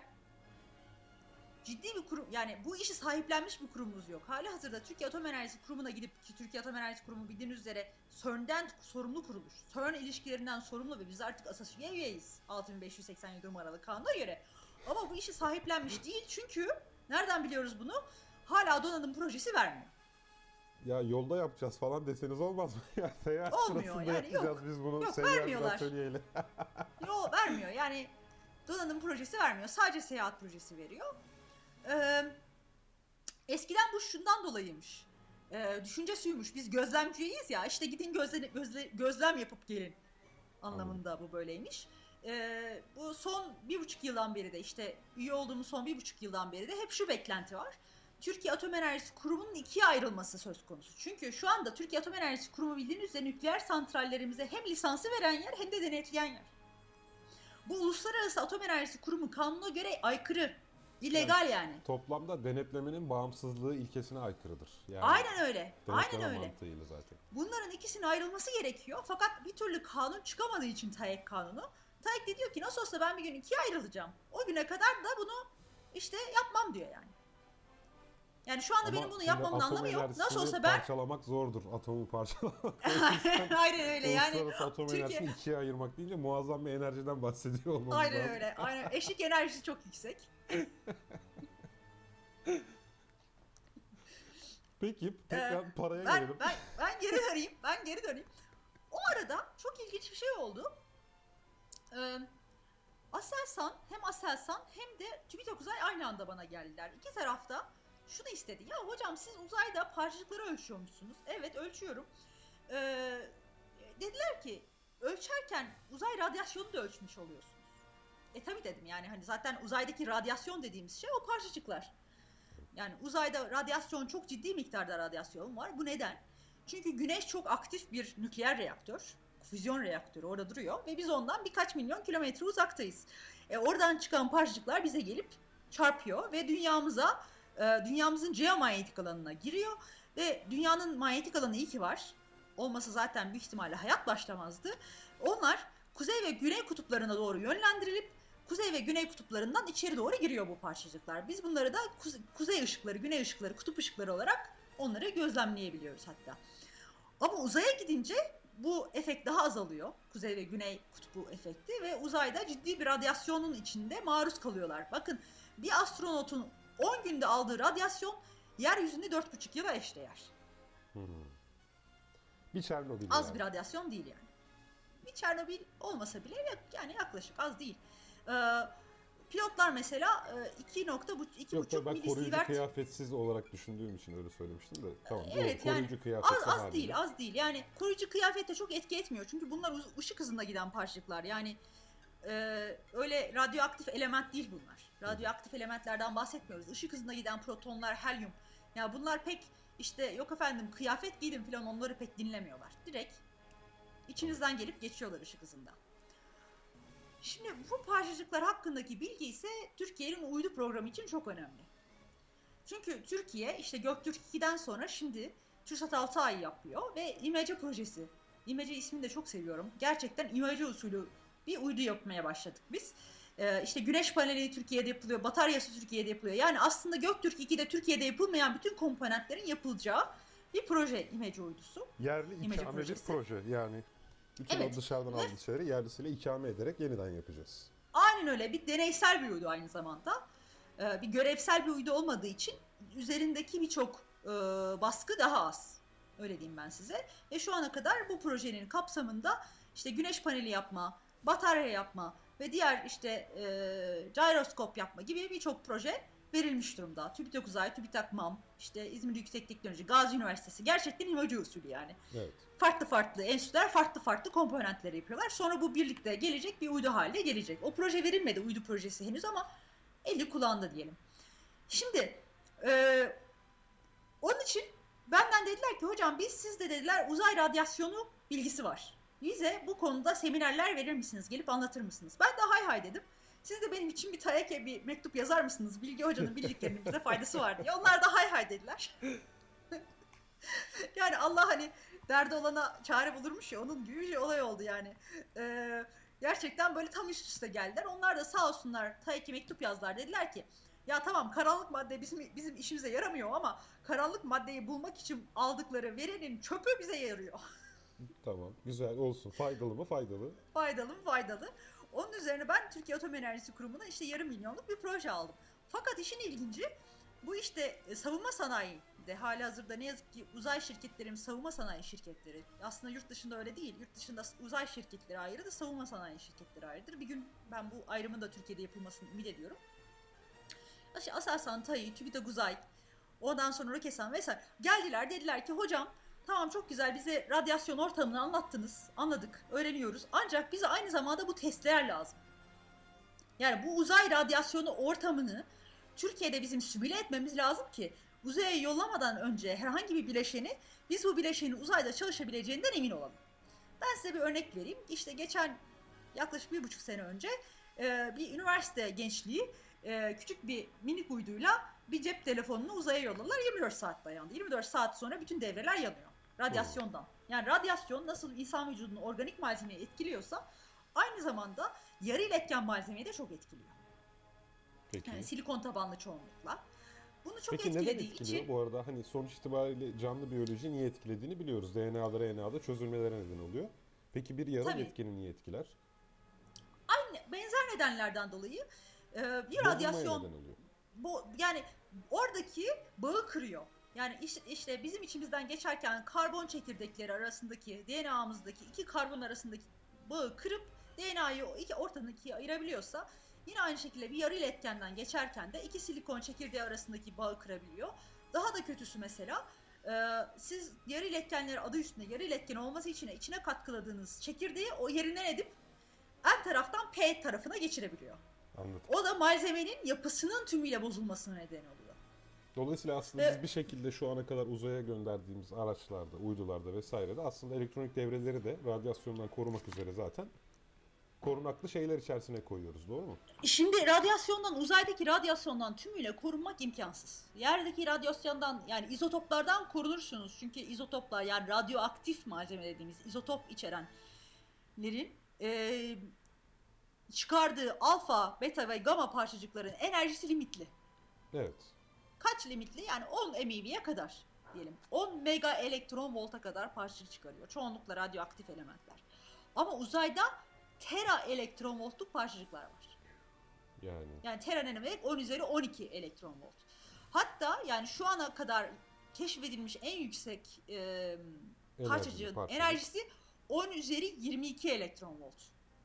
ciddi bir kurum, yani bu işi sahiplenmiş bir kurumumuz yok. Hali hazırda Türkiye Atom Enerjisi Kurumu'na gidip ki Türkiye Atom Enerjisi Kurumu bildiğiniz üzere CERN'den sorumlu kuruluş. CERN ilişkilerinden sorumlu ve biz artık asosiye üyeyiz. altı bin beş yüz seksen yedi numaralı kanuna göre. Ama bu işi sahiplenmiş değil çünkü nereden biliyoruz bunu? Hala donanım projesi vermiyor. Ya yolda yapacağız falan deseniz olmaz mı? Ya seyahat Olmuyor sırasında yani, yapacağız yok. biz bunu. Yok, seyahat vermiyorlar. atölyeyle. Yok vermiyor yani donanım projesi vermiyor. Sadece seyahat projesi veriyor. Ee, eskiden bu şundan dolayıymış. Ee, düşünce suymuş. Biz gözlemciyiz ya işte gidin gözle, gözle, gözlem yapıp gelin anlamında bu böyleymiş. Ee, bu son bir buçuk yıldan beri de işte üye olduğumuz son bir buçuk yıldan beri de hep şu beklenti var. Türkiye Atom Enerjisi Kurumu'nun ikiye ayrılması söz konusu. Çünkü şu anda Türkiye Atom Enerjisi Kurumu bildiğiniz üzere nükleer santrallerimize hem lisansı veren yer hem de denetleyen yer. Bu Uluslararası Atom Enerjisi Kurumu kanuna göre aykırı, illegal yani. Toplamda denetlemenin bağımsızlığı ilkesine aykırıdır. Yani aynen öyle. denetleme Aynen öyle. mantığıyla zaten. Bunların ikisinin ayrılması gerekiyor. Fakat bir türlü kanun çıkamadığı için TAEK kanunu. TAEK de diyor ki nasıl olsa ben bir gün ikiye ayrılacağım. O güne kadar da bunu işte yapmam diyor yani. Yani şu anda Ama benim bunu yapmamın anlamı yok. Nasıl olsa ben... parçalamak zordur. Atomu parçalamak. Aynen öyle yani. Uluslararası atom Türkiye... enerjisini ikiye ayırmak deyince muazzam bir enerjiden bahsediyor olmamız aynen lazım. öyle. Aynen. Eşik enerjisi çok yüksek. Peki tekrar ee, paraya ben, gelelim. Ben, ben geri döneyim. Ben geri döneyim. O arada çok ilginç bir şey oldu. Ee, Aselsan hem Aselsan hem de TÜBİTAK Uzay aynı anda bana geldiler. İki tarafta şunu istedi. Ya hocam siz uzayda parçacıkları ölçüyormuşsunuz. Evet ölçüyorum. Ee, dediler ki ölçerken uzay radyasyonunu da ölçmüş oluyorsunuz. E tabii dedim yani hani zaten uzaydaki radyasyon dediğimiz şey o parçacıklar. Yani uzayda radyasyon çok ciddi miktarda radyasyon var. Bu neden? Çünkü Güneş çok aktif bir nükleer reaktör. Füzyon reaktörü orada duruyor ve biz ondan birkaç milyon kilometre uzaktayız. E oradan çıkan parçacıklar bize gelip çarpıyor ve dünyamıza, e, dünyamızın jeomanyetik alanına giriyor ve dünyanın manyetik alanı iyi ki var. Olmasa zaten büyük ihtimalle hayat başlamazdı. Onlar kuzey ve güney kutuplarına doğru yönlendirilip kuzey ve güney kutuplarından içeri doğru giriyor bu parçacıklar. Biz bunları da kuze- kuzey ışıkları, güney ışıkları, kutup ışıkları olarak onları gözlemleyebiliyoruz hatta. Ama uzaya gidince bu efekt daha azalıyor. Kuzey ve güney kutbu efekti ve uzayda ciddi bir radyasyonun içinde maruz kalıyorlar. Bakın bir astronotun on günde aldığı radyasyon yeryüzünde dört buçuk yıla eşdeğer. Hmm. Bir Çernobil Az yani. bir radyasyon değil yani. Bir Çernobil olmasa bile yani yaklaşık az değil. Ee, pilotlar mesela iki nokta iki Yok tabii buçuk ben koruyucu milisievert. kıyafetsiz olarak düşündüğüm için öyle söylemiştim de. Tamam Evet doğru. yani Koruyucu kıyafetli az, az haliyle. değil az değil yani koruyucu kıyafet de çok etki etmiyor çünkü bunlar uz- ışık hızında giden parçacıklar yani e, öyle radyoaktif element değil bunlar. Radyoaktif elementlerden bahsetmiyoruz. Işık hızında giden protonlar, helyum. Ya bunlar pek işte yok efendim kıyafet giydim falan onları pek dinlemiyorlar. Direkt içinizden gelip geçiyorlar ışık hızında. Şimdi bu parçacıklar hakkındaki bilgi ise Türkiye'nin uydu programı için çok önemli. Çünkü Türkiye işte Göktürk iki'den sonra şimdi TürkSat altı ay yapıyor ve İMECE projesi. İMECE ismini de çok seviyorum. Gerçekten İMECE usulü bir uydu yapmaya başladık biz. Ee, işte güneş paneli Türkiye'de yapılıyor, bataryası Türkiye'de yapılıyor. Yani aslında Göktürk iki'de Türkiye'de yapılmayan bütün komponentlerin yapılacağı bir proje İMECE uydusu. Yerli İMECE ikame bir projesi. proje yani. Bütün Evet. o dışarıdan Ve aldığımız şeyleri yerlisiyle ikame ederek yeniden yapacağız. aynen öyle bir deneysel bir uydu aynı zamanda. Ee, bir görevsel bir uydu olmadığı için üzerindeki birçok e, baskı daha az. Öyle diyeyim ben size. Ve şu ana kadar bu projenin kapsamında işte güneş paneli yapma, batarya yapma ve diğer işte e, gyroskop yapma gibi birçok proje verilmiş durumda. TÜBİTAK Uzay, TÜBİTAK MAM, işte İzmir Yüksek Teknoloji, Gazi Üniversitesi gerçekten İMECE usulü yani. Evet. Farklı farklı enstitüler farklı farklı komponentleri yapıyorlar. Sonra bu birlikte gelecek bir uydu haline gelecek. O proje verilmedi uydu projesi henüz ama eli kulağında diyelim. Şimdi e, onun için benden dediler ki hocam biz sizde dediler uzay radyasyonu bilgisi var. Bize bu konuda seminerler verir misiniz? Gelip anlatır mısınız? Ben de hay hay dedim. Siz de benim için bir TAEK'e bir mektup yazar mısınız? Bilgi Hoca'nın bildiklerinin bize faydası var diye. Onlar da hay hay dediler. Yani Allah hani derdi olana çare bulurmuş ya onun gibi bir olay oldu yani. Ee, gerçekten böyle tam üst üste geldiler. Onlar da sağ olsunlar TAEK'e mektup yazdılar. Dediler ki ya tamam karanlık madde bizim bizim işimize yaramıyor ama karanlık maddeyi bulmak için aldıkları verinin çöpü bize yarıyor. Tamam. Güzel olsun. Faydalı mı? Faydalı. Faydalı mı? Faydalı. Onun üzerine ben Türkiye Atom Enerjisi Kurumu'na işte yarım milyonluk bir proje aldım. Fakat işin ilginci bu işte savunma sanayi de halihazırda ne yazık ki uzay şirketlerin savunma sanayi şirketleri. Aslında yurt dışında öyle değil. Yurt dışında uzay şirketleri ayrıdır, savunma sanayi şirketleri ayrıdır. Bir gün ben bu ayrımın da Türkiye'de yapılmasını ümit ediyorum. İşte Aselsan, TAI, TÜBİTAK Uzay, ondan sonra Roketsan vesaire geldiler dediler ki hocam tamam çok güzel bize radyasyon ortamını anlattınız, anladık, öğreniyoruz. Ancak bize aynı zamanda bu testler lazım. Yani bu uzay radyasyonu ortamını Türkiye'de bizim simüle etmemiz lazım ki uzaya yollamadan önce herhangi bir bileşeni biz bu bileşenin uzayda çalışabileceğinden emin olalım. Ben size bir örnek vereyim. İşte geçen yaklaşık bir buçuk sene önce bir üniversite gençliği küçük bir minik uyduyla bir cep telefonunu uzaya yolladılar. yirmi dört saat dayandı. yirmi dört saat sonra bütün devreler yanıyor. Radyasyondan. Yani radyasyon nasıl insan vücudunun organik malzemeyi etkiliyorsa aynı zamanda yarı iletken malzemeyi de çok etkiliyor. Peki. Yani silikon tabanlı çoğunlukla. Bunu çok Peki neden etkilediği etkiliyor? için Bu arada hani sonuç itibariyle canlı biyolojiyi niye etkilediğini biliyoruz. D N A'da R N A'da çözülmelere neden oluyor. Peki bir yarı tabii iletkeni niye etkiler? aynı benzer nedenlerden dolayı e, bir Bozulmaya radyasyon neden oluyor. bu yani oradaki bağı kırıyor. Yani işte, işte bizim içimizden geçerken karbon çekirdekleri arasındaki D N A'mızdaki iki karbon arasındaki bağı kırıp D N A'yı iki ortadan ikiye ayırabiliyorsa Yine aynı şekilde bir yarı iletkenden geçerken de iki silikon çekirdeği arasındaki bağı kırabiliyor. Daha da kötüsü mesela e, siz yarı iletkenleri adı üstünde yarı iletken olması için içine katkıladığınız çekirdeği o yerinden edip en taraftan P tarafına geçirebiliyor. Anladım. O da malzemenin yapısının tümüyle bozulmasına neden oluyor. Dolayısıyla aslında Ve, biz bir şekilde şu ana kadar uzaya gönderdiğimiz araçlarda, uydularda vesairede aslında elektronik devreleri de radyasyondan korumak üzere zaten korunaklı şeyler içerisine koyuyoruz. Doğru mu? Şimdi radyasyondan, uzaydaki radyasyondan tümüyle korunmak imkansız. Yerdeki radyasyondan, yani izotoplardan korunursunuz. Çünkü izotoplar, yani radyoaktif malzeme dediğimiz izotop içerenlerin e, çıkardığı alfa, beta ve gamma parçacıkların enerjisi limitli. Evet. Kaç limitli? Yani on MeV'ye kadar diyelim. on mega elektron volta kadar parçacık çıkarıyor. Çoğunlukla radyoaktif elementler. Ama uzayda tera elektron voltluk parçacıklar var. Yani. Yani tera ne demek? on üzeri on iki elektron volt. Hatta yani şu ana kadar keşfedilmiş en yüksek e, parçacığın parçacık. enerjisi on üzeri yirmi iki elektron volt.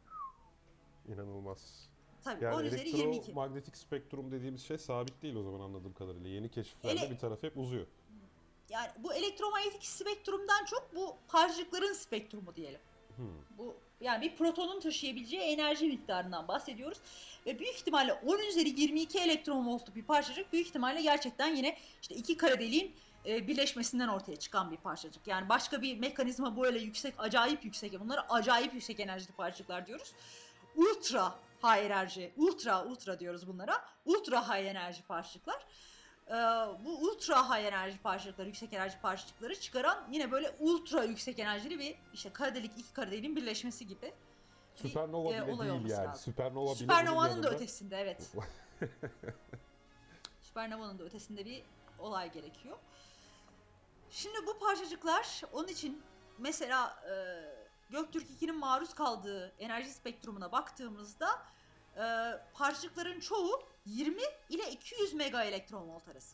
İnanılmaz. Tabii Yani on üzeri yirmi iki. elektromanyetik spektrum dediğimiz şey sabit değil o zaman anladığım kadarıyla. Yeni keşiflerde Ele- bir taraf hep uzuyor. Yani bu elektromanyetik spektrumdan çok bu parçacıkların spektrumu diyelim. Hmm. Bu yani bir protonun taşıyabileceği enerji miktarından bahsediyoruz. Ve büyük ihtimalle on üzeri yirmi iki elektron voltluk bir parçacık büyük ihtimalle gerçekten yine işte iki kara deliğin e, birleşmesinden ortaya çıkan bir parçacık. Yani başka bir mekanizma böyle yüksek, acayip yüksek. Bunlara acayip yüksek enerjili parçacıklar diyoruz. Ultra high enerji, ultra ultra diyoruz bunlara. Ultra high enerji parçacıklar. Ee, bu ultra high enerji parçacıkları, yüksek enerji parçacıkları çıkaran yine böyle ultra yüksek enerjili bir işte kara delik, iki kara deliğin birleşmesi gibi bir Süpernova e, bile olay değil olması yani. lazım. Süpernova bile bunun Süpernova'nın yanında. da ötesinde, evet. Süpernova'nın da ötesinde bir olay gerekiyor. Şimdi bu parçacıklar onun için mesela e, Göktürk iki'nin maruz kaldığı enerji spektrumuna baktığımızda e, parçacıkların çoğu yirmi ile iki yüz mega elektron volt arası.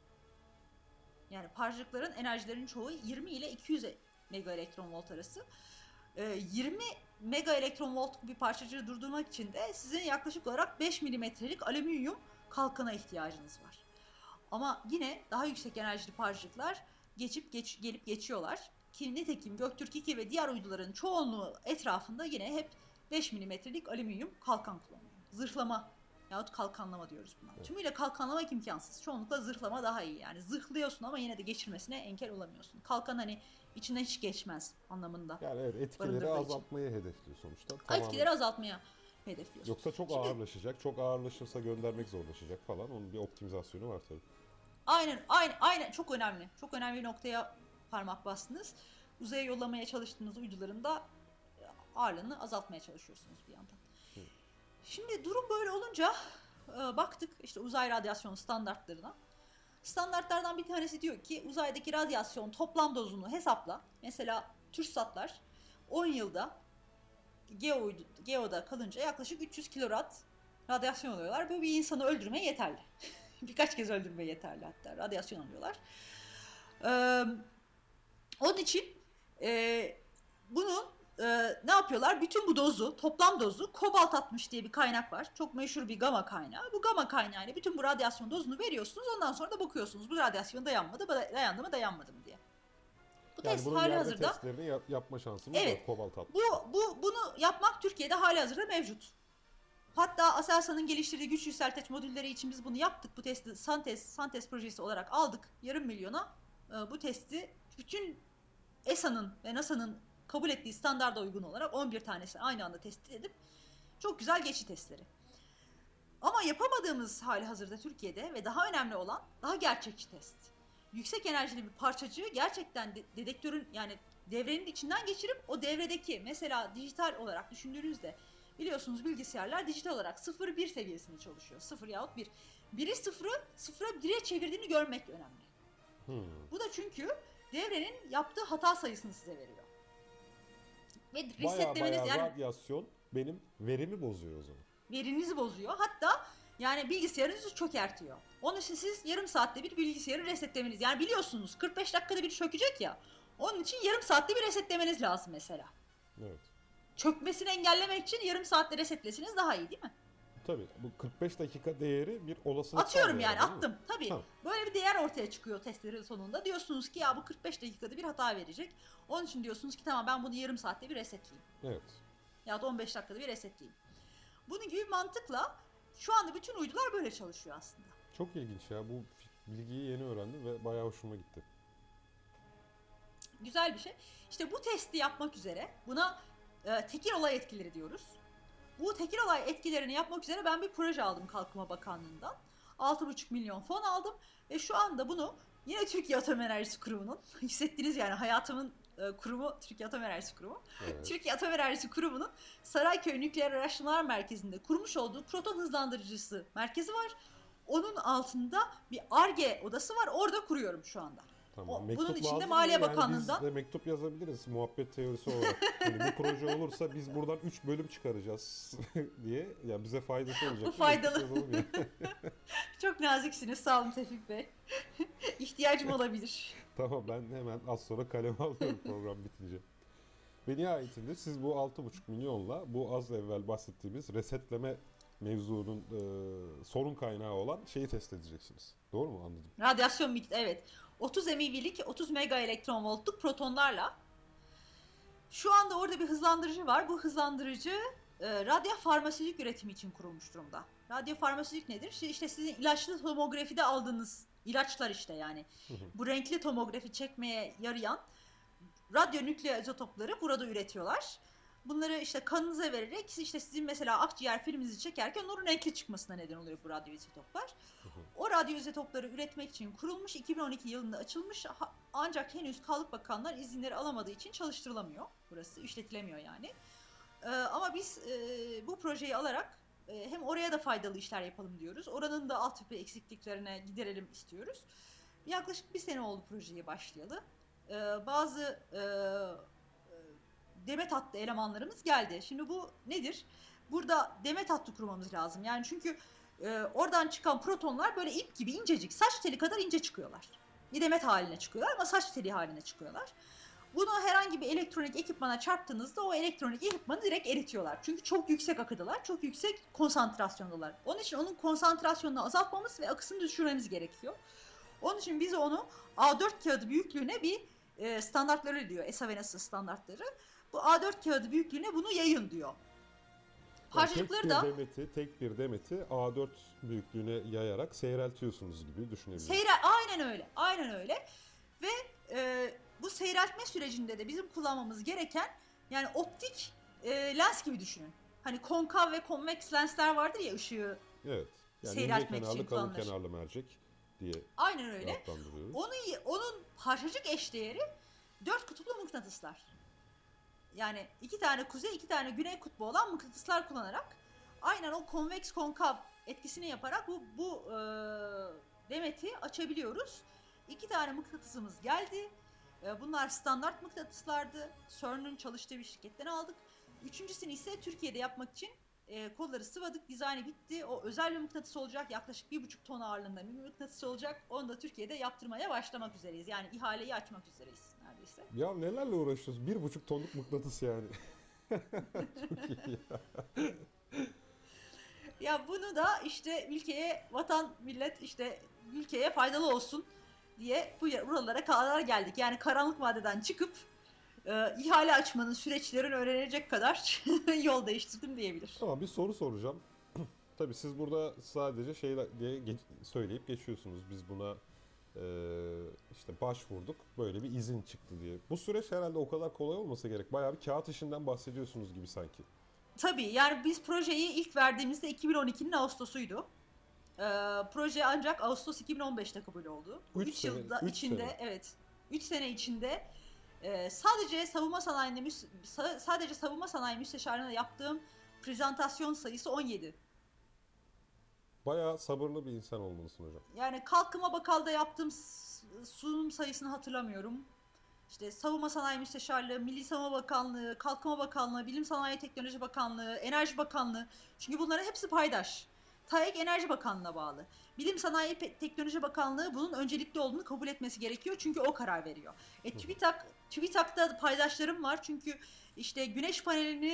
Yani parçacıkların enerjilerin çoğu yirmi ile iki yüz mega elektron volt arası. E, yirmi mega elektron volt bir parçacığı durdurmak için de sizin yaklaşık olarak beş milimetrelik alüminyum kalkana ihtiyacınız var. Ama yine daha yüksek enerjili parçacıklar geçip geç, gelip geçiyorlar. Ki nitekim Göktürk iki ve diğer uyduların çoğunluğu etrafında yine hep beş milimetrelik alüminyum kalkan kullanıyor. Zırhlama yahut kalkanlama diyoruz buna. Evet. Tümüyle kalkanlamak imkansız. Çoğunlukla zırhlama daha iyi. Yani zırhlıyorsun ama yine de geçirmesine engel olamıyorsun. Kalkan hani içinden hiç geçmez anlamında. Yani evet, etkileri Barındırdığı için. azaltmayı hedefliyor sonuçta. Etkileri azaltmaya hedefliyorsun. Yoksa çok Şimdi- ağırlaşacak. Çok ağırlaşırsa göndermek zorlaşacak falan. Onun bir optimizasyonu var tabii. Aynen, aynen, aynen. Çok önemli. Çok önemli bir noktaya parmak bastınız. Uzaya yollamaya çalıştığınız uyduların da ağırlığını azaltmaya çalışıyorsunuz bir yandan. Hı. Şimdi durum böyle olunca e, baktık işte uzay radyasyon standartlarına. Standartlardan bir tanesi diyor ki uzaydaki radyasyon toplam dozunu hesapla. Mesela TürkSatlar on yılda geo, geoda kalınca yaklaşık üç yüz kilorad radyasyon alıyorlar. Bu bir insanı öldürmeye yeterli. Birkaç kez öldürmeye yeterli hatta. Radyasyon alıyorlar. Ee, onun için e, bunun e, ne yapıyorlar? Bütün bu dozu, toplam dozu kobalt altmış diye bir kaynak var. Çok meşhur bir gama kaynağı. Bu gama kaynağıyla bütün bu radyasyon dozunu veriyorsunuz. Ondan sonra da bakıyorsunuz. Bu radyasyon dayanmadı, dayandı mı, dayanmadı mı diye. Bu Yani test bunun hali yerde hazırda. testlerini yap- yapma şansımız Evet. var. Kobalt altmış. Bu, bu, bunu yapmak Türkiye'de hali hazırda mevcut. Hatta Aselsan'ın geliştirdiği güç yükselteç modülleri için biz bunu yaptık. Bu testi Santes, Santes projesi olarak aldık. Yarım milyona e, bu testi bütün E S A'nın ve NASA'nın kabul ettiği standarda uygun olarak on bir tanesi aynı anda test edip çok güzel geçti testleri. Ama yapamadığımız hali hazırda Türkiye'de ve daha önemli olan daha gerçekçi test. Yüksek enerjili bir parçacığı gerçekten de, dedektörün yani devrenin içinden geçirip o devredeki mesela dijital olarak düşündüğünüzde biliyorsunuz bilgisayarlar dijital olarak sıfır bir seviyesinde çalışıyor. sıfır yahut bir. biri sıfırı sıfıra bire çevirdiğini görmek önemli. Hmm. Bu da çünkü devrenin yaptığı hata sayısını size veriyor. Ve Baya resetlemeniz baya yani radyasyon benim verimi bozuyor o zaman. verinizi bozuyor. Hatta yani bilgisayarınızı çökertiyor. Onun için siz yarım saatte bir bilgisayarı resetlemeniz. Yani biliyorsunuz kırk beş dakikada bir çökecek ya. Onun için yarım saatte bir resetlemeniz lazım mesela. Evet. Çökmesini engellemek için yarım saatte resetlesiniz daha iyi değil mi? Tabii bu kırk beş dakika değeri bir olasılık Atıyorum sağlıyor yani arada, değil mi? attım. Tabii Tamam. böyle bir değer ortaya çıkıyor testlerin sonunda. Diyorsunuz ki ya bu kırk beş dakikada bir hata verecek. Onun için diyorsunuz ki tamam ben bunu yarım saatte bir resetleyeyim. Evet. Ya da on beş dakikada bir resetleyeyim. Bunun gibi bir mantıkla şu anda bütün uydular böyle çalışıyor aslında. Çok ilginç ya. Bu bilgiyi yeni öğrendim ve bayağı hoşuma gitti. Güzel bir şey. İşte bu testi yapmak üzere buna e, tekil olay etkileri diyoruz. Bu tekil olay etkilerini yapmak üzere ben bir proje aldım Kalkınma Bakanlığı'ndan. altı buçuk milyon fon aldım ve şu anda bunu yine Türkiye Atom Enerjisi Kurumu'nun, hissettiniz yani hayatımın e, kurumu Türkiye Atom Enerjisi Kurumu. Evet. Türkiye Atom Enerjisi Kurumu'nun Sarayköy Nükleer Araştırmalar Merkezi'nde kurmuş olduğu proton hızlandırıcısı merkezi var. Onun altında bir Ar-Ge odası var. Orada kuruyorum şu anda. Tamam. O, Mektup bunun içinde lazım mı? Maliye Yani Bakanlığı'ndan. biz de mektup yazabiliriz muhabbet teorisi olarak. Hani bu proje olursa biz buradan üç bölüm çıkaracağız diye. Ya bize faydası olacak. Bu Bir faydalı. mektup yazalım ya. Çok naziksiniz. Sağ olun Tevfik Bey. İhtiyacım olabilir. Tamam, ben hemen az sonra kaleme alıyorum program bitince. Ve nihayetinde siz bu altı buçuk milyonla bu az evvel bahsettiğimiz resetleme mevzunun e, sorun kaynağı olan şeyi test edeceksiniz. Doğru mu anladım? Radyasyon miktarı evet. otuz MeV'lik otuz mega elektron voltluk protonlarla. Şu anda orada bir hızlandırıcı var. Bu hızlandırıcı e, radyofarmasötik üretimi için kurulmuş durumda. Radyofarmasötik nedir? İşte, işte sizin ilaçlı tomografide aldığınız ilaçlar işte yani. Hı hı. Bu renkli tomografi çekmeye yarayan radyonükleer izotopları burada üretiyorlar. Bunları işte kanınıza vererek işte sizin mesela akciğer filminizi çekerken onun renkli çıkmasına neden oluyor bu radyoizotoplar. Hı hı. O radyoizotopları üretmek için kurulmuş, iki bin on iki yılında açılmış ancak henüz Sağlık Bakanlar izinleri alamadığı için çalıştırılamıyor burası, işletilemiyor yani. Ee, ama biz e, bu projeyi alarak e, hem oraya da faydalı işler yapalım diyoruz. Oranın da altyapı eksikliklerine giderelim istiyoruz. Yaklaşık bir sene oldu projeye başlayalı. Ee, bazı e, demet hattı elemanlarımız geldi. Şimdi bu nedir? Burada demet hattı kurmamız lazım. Yani çünkü e, oradan çıkan protonlar böyle ip gibi incecik, saç teli kadar ince çıkıyorlar. Bir demet haline çıkıyorlar ama saç teli haline çıkıyorlar. Bunu herhangi bir elektronik ekipmana çarptığınızda o elektronik ekipmanı direkt eritiyorlar. Çünkü çok yüksek akıdalar, çok yüksek konsantrasyondalar. Onun için onun konsantrasyonunu azaltmamız ve akısını düşürmemiz gerekiyor. Onun için biz onu A dört kağıdı büyüklüğüne bir e, standartları diyor, E S A ve NASA standartları. Bu A dört kağıdı büyüklüğüne bunu yayın diyor. Yani tek Parçacıkları bir da demeti, tek bir demeti A dört büyüklüğüne yayarak seyreltiyorsunuz gibi düşünebiliriz. seyre aynen öyle, aynen öyle. Ve e, bu seyreltme sürecinde de bizim kullanmamız gereken yani optik e, lens gibi düşünün. Hani konkav ve konveks lensler vardır ya ışığı. Evet. Yani ince Seyreltmek kenarlı, için kalın kullanılır. kenarlı mercek diye Aynen öyle. adlandırıyoruz. Onun onun parçacık eşdeğeri dört kutuplu mıknatıslar. Yani iki tane kuzey, iki tane güney kutbu olan mıknatıslar kullanarak aynen o konveks konkav etkisini yaparak bu bu e, demeti açabiliyoruz. İki tane mıknatısımız geldi. E, bunlar standart mıknatıslardı. CERN'ün çalıştığı bir şirketten aldık. Üçüncüsünü ise Türkiye'de yapmak için e, kolları sıvadık, dizaynı bitti. O özel bir mıknatıs olacak. Yaklaşık bir buçuk ton ağırlığında bir mıknatıs olacak. Onu da Türkiye'de yaptırmaya başlamak üzereyiz. Yani ihaleyi açmak üzereyiz neredeyse. Ya nelerle uğraşıyoruz? Bir buçuk tonluk mıknatıs yani. Çok iyi ya. Ya bunu da işte ülkeye, vatan, millet işte ülkeye faydalı olsun diye bu buralara kadar geldik. Yani karanlık vadeden çıkıp e, ihale açmanın süreçlerini öğrenecek kadar yol değiştirdim diyebilir. Tamam, bir soru soracağım. Tabii siz burada sadece şey diye geç, söyleyip geçiyorsunuz. Biz buna e, işte başvurduk, böyle bir izin çıktı diye. Bu süreç herhalde o kadar kolay olmasa gerek. Bayağı bir kağıt işinden bahsediyorsunuz gibi sanki. Tabii yani biz projeyi ilk verdiğimizde iki bin on ikinin Ağustos'uydu. Ee, proje ancak Ağustos iki bin on beşte kabul oldu. Üç üç sene- yılda üç içinde sene. evet üç sene içinde e, sadece savunma sanayinde müs- sa- sadece savunma sanayi müsteşarlığına yaptığım prezentasyon sayısı on yedi. Bayağı sabırlı bir insan olmalısın hocam. Yani Kalkınma Bakal'da yaptığım s- sunum sayısını hatırlamıyorum. İşte Savunma Sanayi Müsteşarlığı, Milli Savunma Bakanlığı, Kalkınma Bakanlığı, Bilim Sanayi Teknoloji Bakanlığı, Enerji Bakanlığı. Çünkü bunların hepsi paydaş. TAEK Enerji Bakanlığı'na bağlı. Bilim Sanayi Pe- Teknoloji Bakanlığı bunun öncelikli olduğunu kabul etmesi gerekiyor. Çünkü o karar veriyor. E, TÜBİTAK, TÜBİTAK'ta paydaşlarım var. Çünkü işte güneş panelini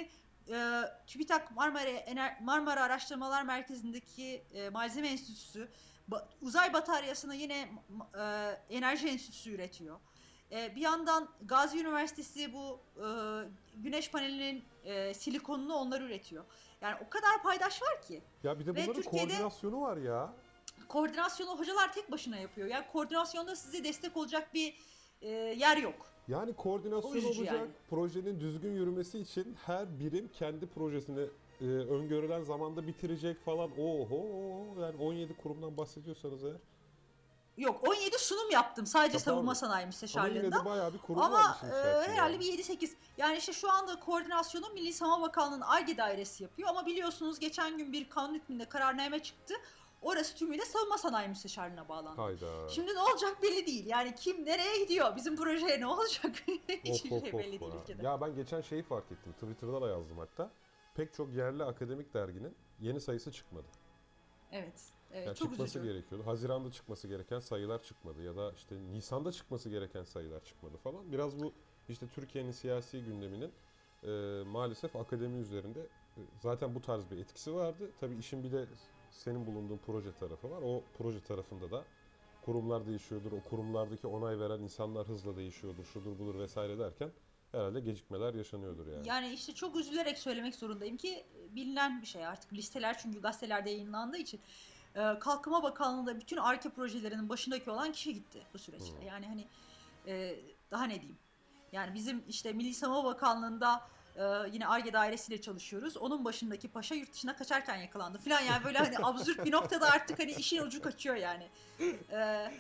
e, TÜBİTAK Marmara, Ener- Marmara Araştırmalar Merkezi'ndeki e, Malzeme Enstitüsü ba- uzay bataryasını yine e, Enerji Enstitüsü üretiyor. E, bir yandan Gazi Üniversitesi bu e, güneş panelinin e, silikonunu onlar üretiyor. Yani o kadar paydaş var ki. Ya bir de Ve bunların Türkiye'de koordinasyonu var ya. koordinasyonu hocalar tek başına yapıyor. Yani koordinasyonda size destek olacak bir e, yer yok. Yani O koordinasyon üzücü olacak, yani. projenin düzgün yürümesi için her birim kendi projesini e, öngörülen zamanda bitirecek falan. Oho, yani on yedi kurumdan bahsediyorsanız eğer. Yok, on yedi sunum yaptım sadece Ya savunma pardon. sanayi Ama yine müsteşarlığında. de bayağı bir kurum var Ama işin e, içerisinde herhalde yani. bir yedi sekiz. Yani işte şu anda koordinasyonu Milli Savunma Bakanlığı'nın Ar-Ge dairesi yapıyor. Ama biliyorsunuz geçen gün bir kanun hükmünde kararname çıktı. Orası tümüyle savunma sanayi müsteşarlığına bağlandı. Hayda. Şimdi ne olacak belli değil. Yani kim nereye gidiyor? Bizim projeye ne olacak? Hiçbir Of of şey of belli değil ya. ülkede. Ya ben geçen şeyi fark ettim. Twitter'da da yazdım hatta. Pek çok yerli akademik derginin yeni sayısı çıkmadı. Evet. Evet, Yani çok çıkması üzücü. gerekiyordu. Haziran'da çıkması gereken sayılar çıkmadı ya da işte Nisan'da çıkması gereken sayılar çıkmadı falan. Biraz bu işte Türkiye'nin siyasi gündeminin e, maalesef akademi üzerinde e, zaten bu tarz bir etkisi vardı. Tabii işin bir de senin bulunduğun proje tarafı var. O proje tarafında da kurumlar değişiyordur. O kurumlardaki onay veren insanlar hızla değişiyordur. Şudur budur vesaire derken herhalde gecikmeler yaşanıyordur yani. Yani işte çok üzülerek söylemek zorundayım ki bilinen bir şey artık listeler çünkü gazetelerde yayınlandığı için e, Kalkınma Bakanlığı'nda bütün ARKE projelerinin başındaki olan kişi gitti bu süreçte. Hmm. Yani hani e, daha ne diyeyim? Yani bizim işte Milli Savunma Bakanlığı'nda e, yine Ar-Ge dairesiyle çalışıyoruz. Onun başındaki paşa yurt dışına kaçarken yakalandı falan yani böyle hani absürt bir noktada artık hani işin ucu kaçıyor yani. E,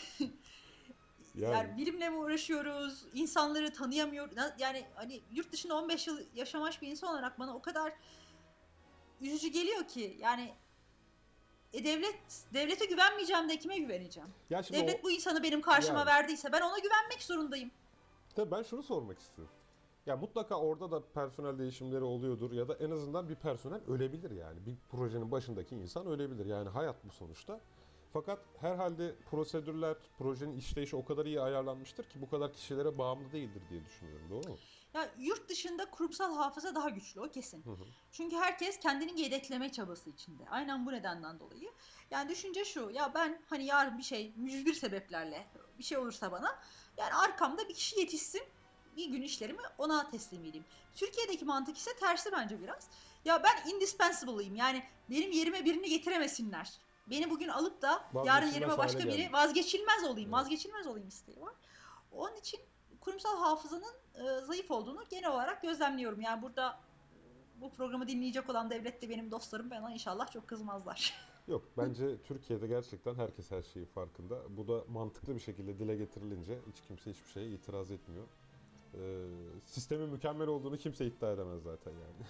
Yani Yani bilimle mi uğraşıyoruz? İnsanları tanıyamıyoruz. Yani hani yurt dışında on beş yıl yaşamış bir insan olarak bana o kadar üzücü geliyor ki yani e devlet devlete güvenmeyeceğim de kime güveneceğim? ya şimdi o Devlet bu insanı benim karşıma yani verdiyse ben ona güvenmek zorundayım. tabii ben şunu sormak istiyorum. Ya mutlaka orada da personel değişimleri oluyordur ya da en azından bir personel ölebilir yani. Bir projenin başındaki insan ölebilir. Yani hayat bu sonuçta. Fakat herhalde prosedürler, projenin işleyişi o kadar iyi ayarlanmıştır ki bu kadar kişilere bağımlı değildir diye düşünüyorum. Doğru mu? Ya yurt dışında kurumsal hafıza daha güçlü o kesin. Hı hı. Çünkü herkes kendini yedekleme çabası içinde. Aynen bu nedenden dolayı. Yani düşünce şu ya ben hani yarın bir şey mücbir sebeplerle bir şey olursa bana yani arkamda bir kişi yetişsin bir gün işlerimi ona teslim edeyim. Türkiye'deki mantık ise tersi bence biraz. Ya ben indispensable'ıyım yani benim yerime birini getiremesinler. Beni bugün alıp da yarın Vazgeçilmez yerime hale başka biri geldi. vazgeçilmez olayım, Evet. vazgeçilmez olayım isteği var. Onun için kurumsal hafızanın e, zayıf olduğunu genel olarak gözlemliyorum. Yani burada e, bu programı dinleyecek olan devlet de benim dostlarım bana inşallah çok kızmazlar. Yok bence Türkiye'de gerçekten herkes her şeyin farkında. Bu da mantıklı bir şekilde dile getirilince hiç kimse hiçbir şeye itiraz etmiyor. Ee, sistemin mükemmel olduğunu kimse iddia edemez zaten yani.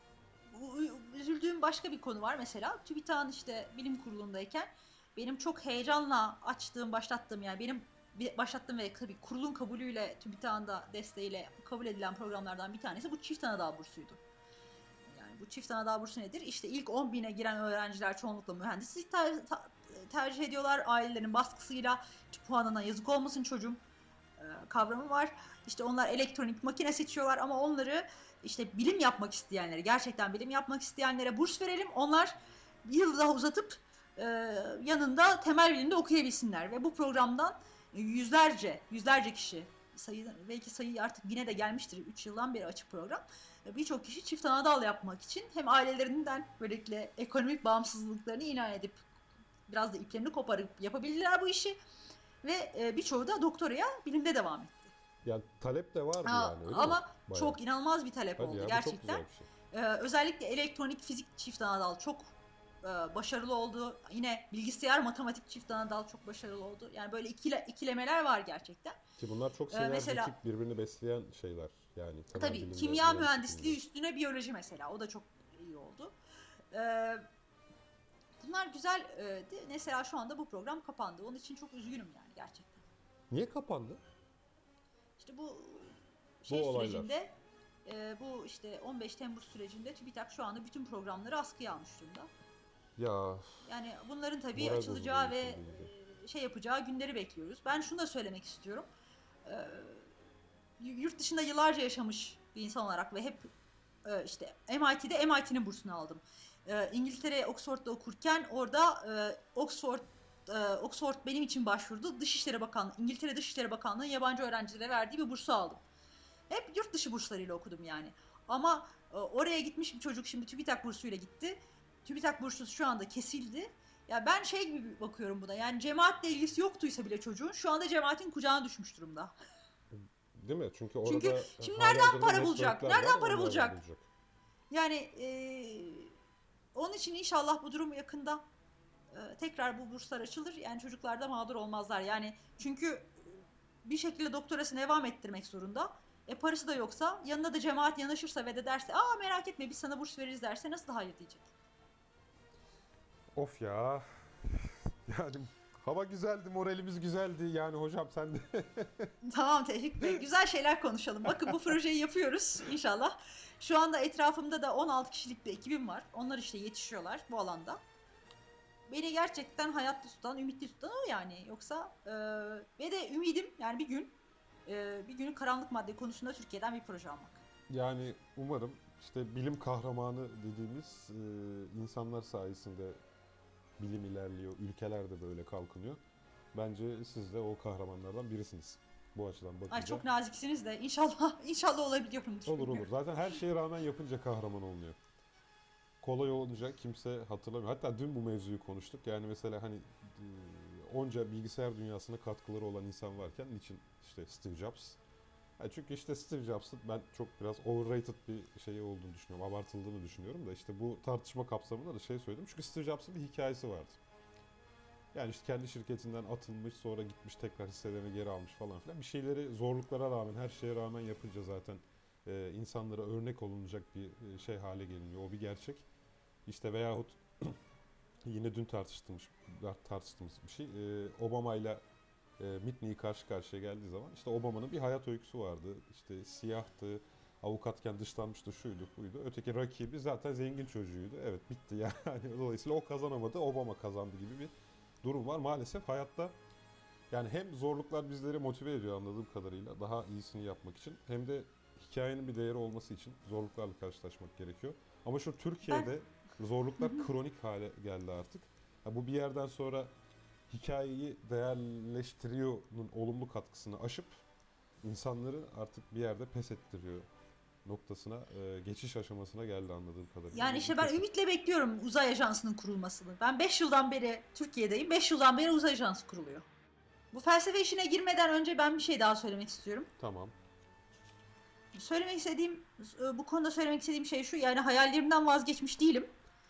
Bu- Üzüldüğüm başka bir konu var mesela. TÜBİTAK'ın işte bilim kurulundayken benim çok heyecanla açtığım, başlattığım yani benim bir- başlattığım ve tabii kurulun kabulüyle TÜBİTAK'ın da desteğiyle kabul edilen programlardan bir tanesi bu çift anadal bursuydu. Yani bu çift anadal bursu nedir? İşte ilk on bine giren öğrenciler çoğunlukla mühendislik ter- ta- tercih ediyorlar. Ailelerin baskısıyla puanına yazık olmasın çocuğum e, kavramı var. İşte onlar elektronik makine seçiyorlar ama onları işte bilim yapmak isteyenlere, gerçekten bilim yapmak isteyenlere burs verelim. Onlar bir yıl daha uzatıp e, yanında temel bilimde okuyabilsinler ve bu programdan yüzlerce, yüzlerce kişi sayı belki sayı artık bine de gelmiştir. üç yıldan beri açık program. Birçok kişi çift anadal yapmak için hem ailelerinden böylelikle ekonomik bağımsızlıklarını ilan edip biraz da iplerini koparıp yapabildiler bu işi ve e, birçoğu da doktoraya bilimde devam etti. Yani talep de vardı Aa, yani öyle mi? ama Bayağı. çok inanılmaz bir talep Hadi oldu ya bu çok gerçekten. güzel bir şey. Ee, özellikle elektronik fizik çift anadal çok e, başarılı oldu. Yine bilgisayar matematik çift anadal çok başarılı oldu. Yani böyle ikile, ikilemeler var gerçekten. Ki bunlar çok Ee, mesela sinerjitik birbirini besleyen şeyler. Yani temel tabii bilimle kimya mühendislik mühendisliği bilimleri. üstüne biyoloji mesela o da çok iyi oldu. Ee, bunlar güzel. E, mesela şu anda bu program kapandı. Onun için çok üzgünüm yani gerçekten. Niye kapandı? İşte bu Bu şey olaylar. sürecinde e, bu işte on beş Temmuz sürecinde TÜBİTAK şu anda bütün programları askıya almış durumda. Ya Yani bunların tabii moral açılacağı bozuluyor ve insan duyunca. e, şey yapacağı günleri bekliyoruz. Ben şunu da söylemek istiyorum. Ee, yurt dışında yıllarca yaşamış bir insan olarak ve hep e, işte M I T'de M I T'nin bursunu aldım. E, İngiltere Oxford'da okurken orada e, Oxford e, Oxford benim için başvurdu. Dışişleri Bakanlığı, İngiltere Dışişleri Bakanlığı yabancı öğrencilere verdiği bir bursu aldım. Hep yurt dışı burslarıyla okudum yani. Ama e, oraya gitmiş bir çocuk şimdi TÜBİTAK bursuyla gitti. TÜBİTAK bursu şu anda kesildi. Ya ben şey gibi bakıyorum buna. Yani cemaatle ilgisi yoktuysa bile çocuğun şu anda cemaatin kucağına düşmüş durumda. Değil mi? Çünkü Çünkü orada şimdi nereden halihazırda para bulacak? networkler var, Nereden para onlardan bulacak? bulacak. Yani eee, onun için inşallah bu durum yakında eee, tekrar bu burslar açılır. Yani çocuklar da mağdur olmazlar. Yani çünkü bir şekilde doktorasını devam ettirmek zorunda. E parası da yoksa yanına da cemaat yanaşırsa ve de derse aa merak etme biz sana burs veririz derse nasıl da hayır diyecek. Of ya. Yani hava güzeldi, moralimiz güzeldi. Yani hocam sen de Tamam Tevfik Bey güzel şeyler konuşalım. Bakın bu projeyi yapıyoruz inşallah. Şu anda etrafımda da on altı kişilik bir ekibim var. Onlar işte yetişiyorlar bu alanda. Beni gerçekten hayatta tutan, ümitli tutan o yani. Yoksa e, ve de ümidim yani bir gün e, bir günün karanlık madde konusunda Türkiye'den bir proje almak. yani umarım işte bilim kahramanı dediğimiz e, insanlar sayesinde bilim ilerliyor, ülkeler de böyle kalkınıyor. Bence siz de o kahramanlardan birisiniz. Bu açıdan Ay bakınca. çok naziksiniz de inşallah inşallah olabiliyorumdur. Olur olur. Zaten her şeye rağmen yapınca kahraman olunuyor. Kolay olunca kimse hatırlamıyor. Hatta dün bu mevzuyu konuştuk. Yani mesela hani e, onca bilgisayar dünyasına katkıları olan insan varken niçin işte Steve Jobs? Ya çünkü işte Steve Jobs'ın ben çok biraz overrated bir şey olduğunu düşünüyorum. Abartıldığını düşünüyorum da işte bu tartışma kapsamında da şey söyledim. Çünkü Steve Jobs'ın bir hikayesi vardı. Yani işte kendi şirketinden atılmış, sonra gitmiş tekrar hisselerini geri almış falan filan. Bir şeyleri zorluklara rağmen, her şeye rağmen yapınca zaten e, insanlara örnek olunacak bir e, şey hale geliniyor. O bir gerçek. İşte veyahut yine dün tartıştığımız, tartıştığımız bir şey. E, Obama ile e, Mitni'yi karşı karşıya geldiği zaman işte Obama'nın bir hayat öyküsü vardı. İşte siyahtı, avukatken dışlanmıştı, şuydu, buydu. Öteki rakibi zaten zengin çocuğuydu. Evet bitti yani. Dolayısıyla o kazanamadı, Obama kazandı gibi bir durum var. Maalesef hayatta yani hem zorluklar bizleri motive ediyor anladığım kadarıyla daha iyisini yapmak için hem de hikayenin bir değeri olması için zorluklarla karşılaşmak gerekiyor. Ama şu Ben Türkiye'de zorluklar kronik hale geldi artık. Ha, bu bir yerden sonra hikayeyi değerleştiriyor'nun olumlu katkısını aşıp insanları artık bir yerde pes ettiriyor noktasına, e, geçiş aşamasına geldi anladığım kadarıyla. yani Bu, bu işte ben kötü. ümitle bekliyorum uzay ajansının kurulmasını. Ben beş yıldan beri Türkiye'deyim. beş yıldan beri uzay ajansı kuruluyor. Bu felsefe işine girmeden önce ben bir şey daha söylemek istiyorum. Tamam. Söylemek istediğim, e, bu konuda söylemek istediğim şey şu. Yani hayallerimden vazgeçmiş değilim.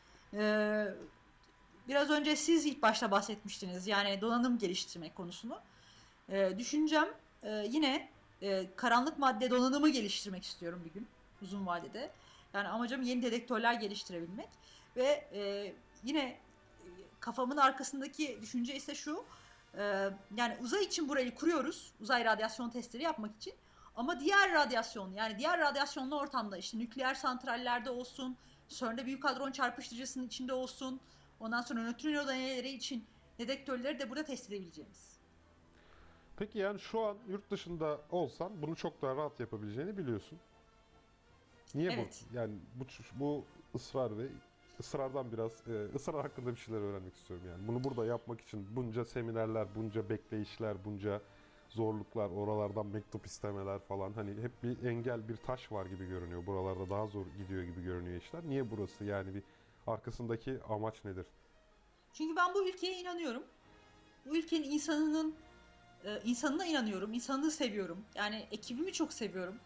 Ee, biraz önce siz ilk başta bahsetmiştiniz. Yani donanım geliştirmek konusunu. Ee, düşüncem e, yine e, karanlık madde donanımı geliştirmek istiyorum bir gün. Uzun vadede. Yani amacım yeni dedektörler geliştirebilmek. Ve e, yine e, kafamın arkasındaki düşünce ise şu. e, yani uzay için burayı kuruyoruz. Uzay radyasyon testleri yapmak için. Ama diğer radyasyon yani diğer radyasyonlu ortamda işte nükleer santrallerde olsun, CERN'de büyük hadron çarpıştırıcısının içinde olsun, ondan sonra nötrino deneleri için dedektörleri de burada test edebileceğimiz. Peki yani şu an yurt dışında olsan bunu çok daha rahat yapabileceğini biliyorsun. Niye bu? Evet. Yani bu bu ısrar ve ısrardan biraz e, ısrar hakkında bir şeyler öğrenmek istiyorum yani. Bunu burada yapmak için bunca seminerler, bunca bekleyişler, bunca zorluklar, oralardan mektup istemeler falan hani hep bir engel, bir taş var gibi görünüyor. Buralarda daha zor gidiyor gibi görünüyor işler. Niye burası? Yani bir arkasındaki amaç nedir? Çünkü ben bu ülkeye inanıyorum. Bu ülkenin insanının e, insanına inanıyorum. İnsanını seviyorum. Yani ekibimi çok seviyorum.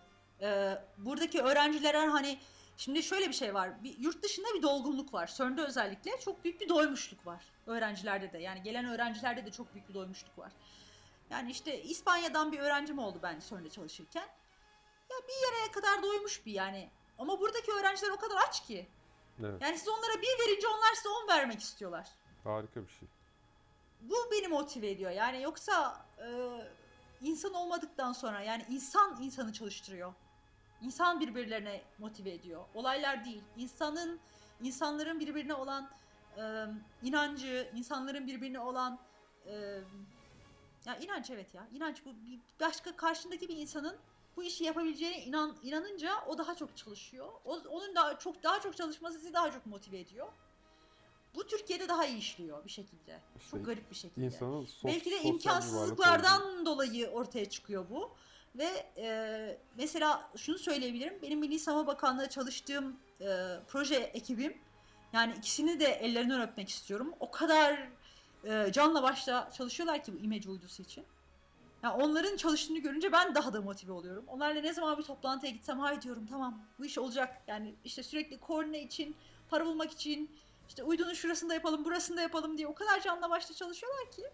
E, buradaki öğrenciler hani şimdi şöyle bir şey var. Bir, yurt dışında bir dolgunluk var. CERN'de özellikle çok büyük bir doymuşluk var. Öğrencilerde de. Yani gelen öğrencilerde de çok büyük bir doymuşluk var. Yani işte İspanya'dan bir öğrencim oldu ben CERN'de çalışırken. Ya bir yere kadar doymuş bir yani. Ama buradaki öğrenciler o kadar aç ki. Evet, Yani siz onlara bir verince onlar size on vermek istiyorlar. harika bir şey. Bu beni motive ediyor. Yani yoksa e, insan olmadıktan sonra yani insan insanı çalıştırıyor. İnsan birbirlerine motive ediyor. Olaylar değil. İnsanın insanların birbirine olan e, inancı, insanların birbirine olan e, ya inanç evet ya. İnanç bu bir başka karşındaki bir insanın bu işi yapabileceğine inan, inanınca o daha çok çalışıyor. O, onun daha çok daha çok çalışması sizi daha çok motive ediyor. Bu Türkiye'de daha iyi işliyor bir şekilde. İşte çok garip bir şekilde. insanın sos, Belki de sosyal bir varlık imkansızlıklardan dolayı ortaya çıkıyor bu. Ve e, mesela şunu söyleyebilirim. Benim Milli Savunma Bakanlığı çalıştığım e, proje ekibim, yani ikisini de ellerinden öpmek istiyorum. O kadar e, canla başla çalışıyorlar ki bu imece uydusu için. Yani onların çalıştığını görünce ben daha da motive oluyorum. Onlarla ne zaman bir toplantıya gitsem hay diyorum, tamam bu iş olacak. Yani işte sürekli koordine için, para bulmak için, işte uydunun şurasında yapalım, burasında yapalım diye o kadar canla başla çalışıyorlar ki.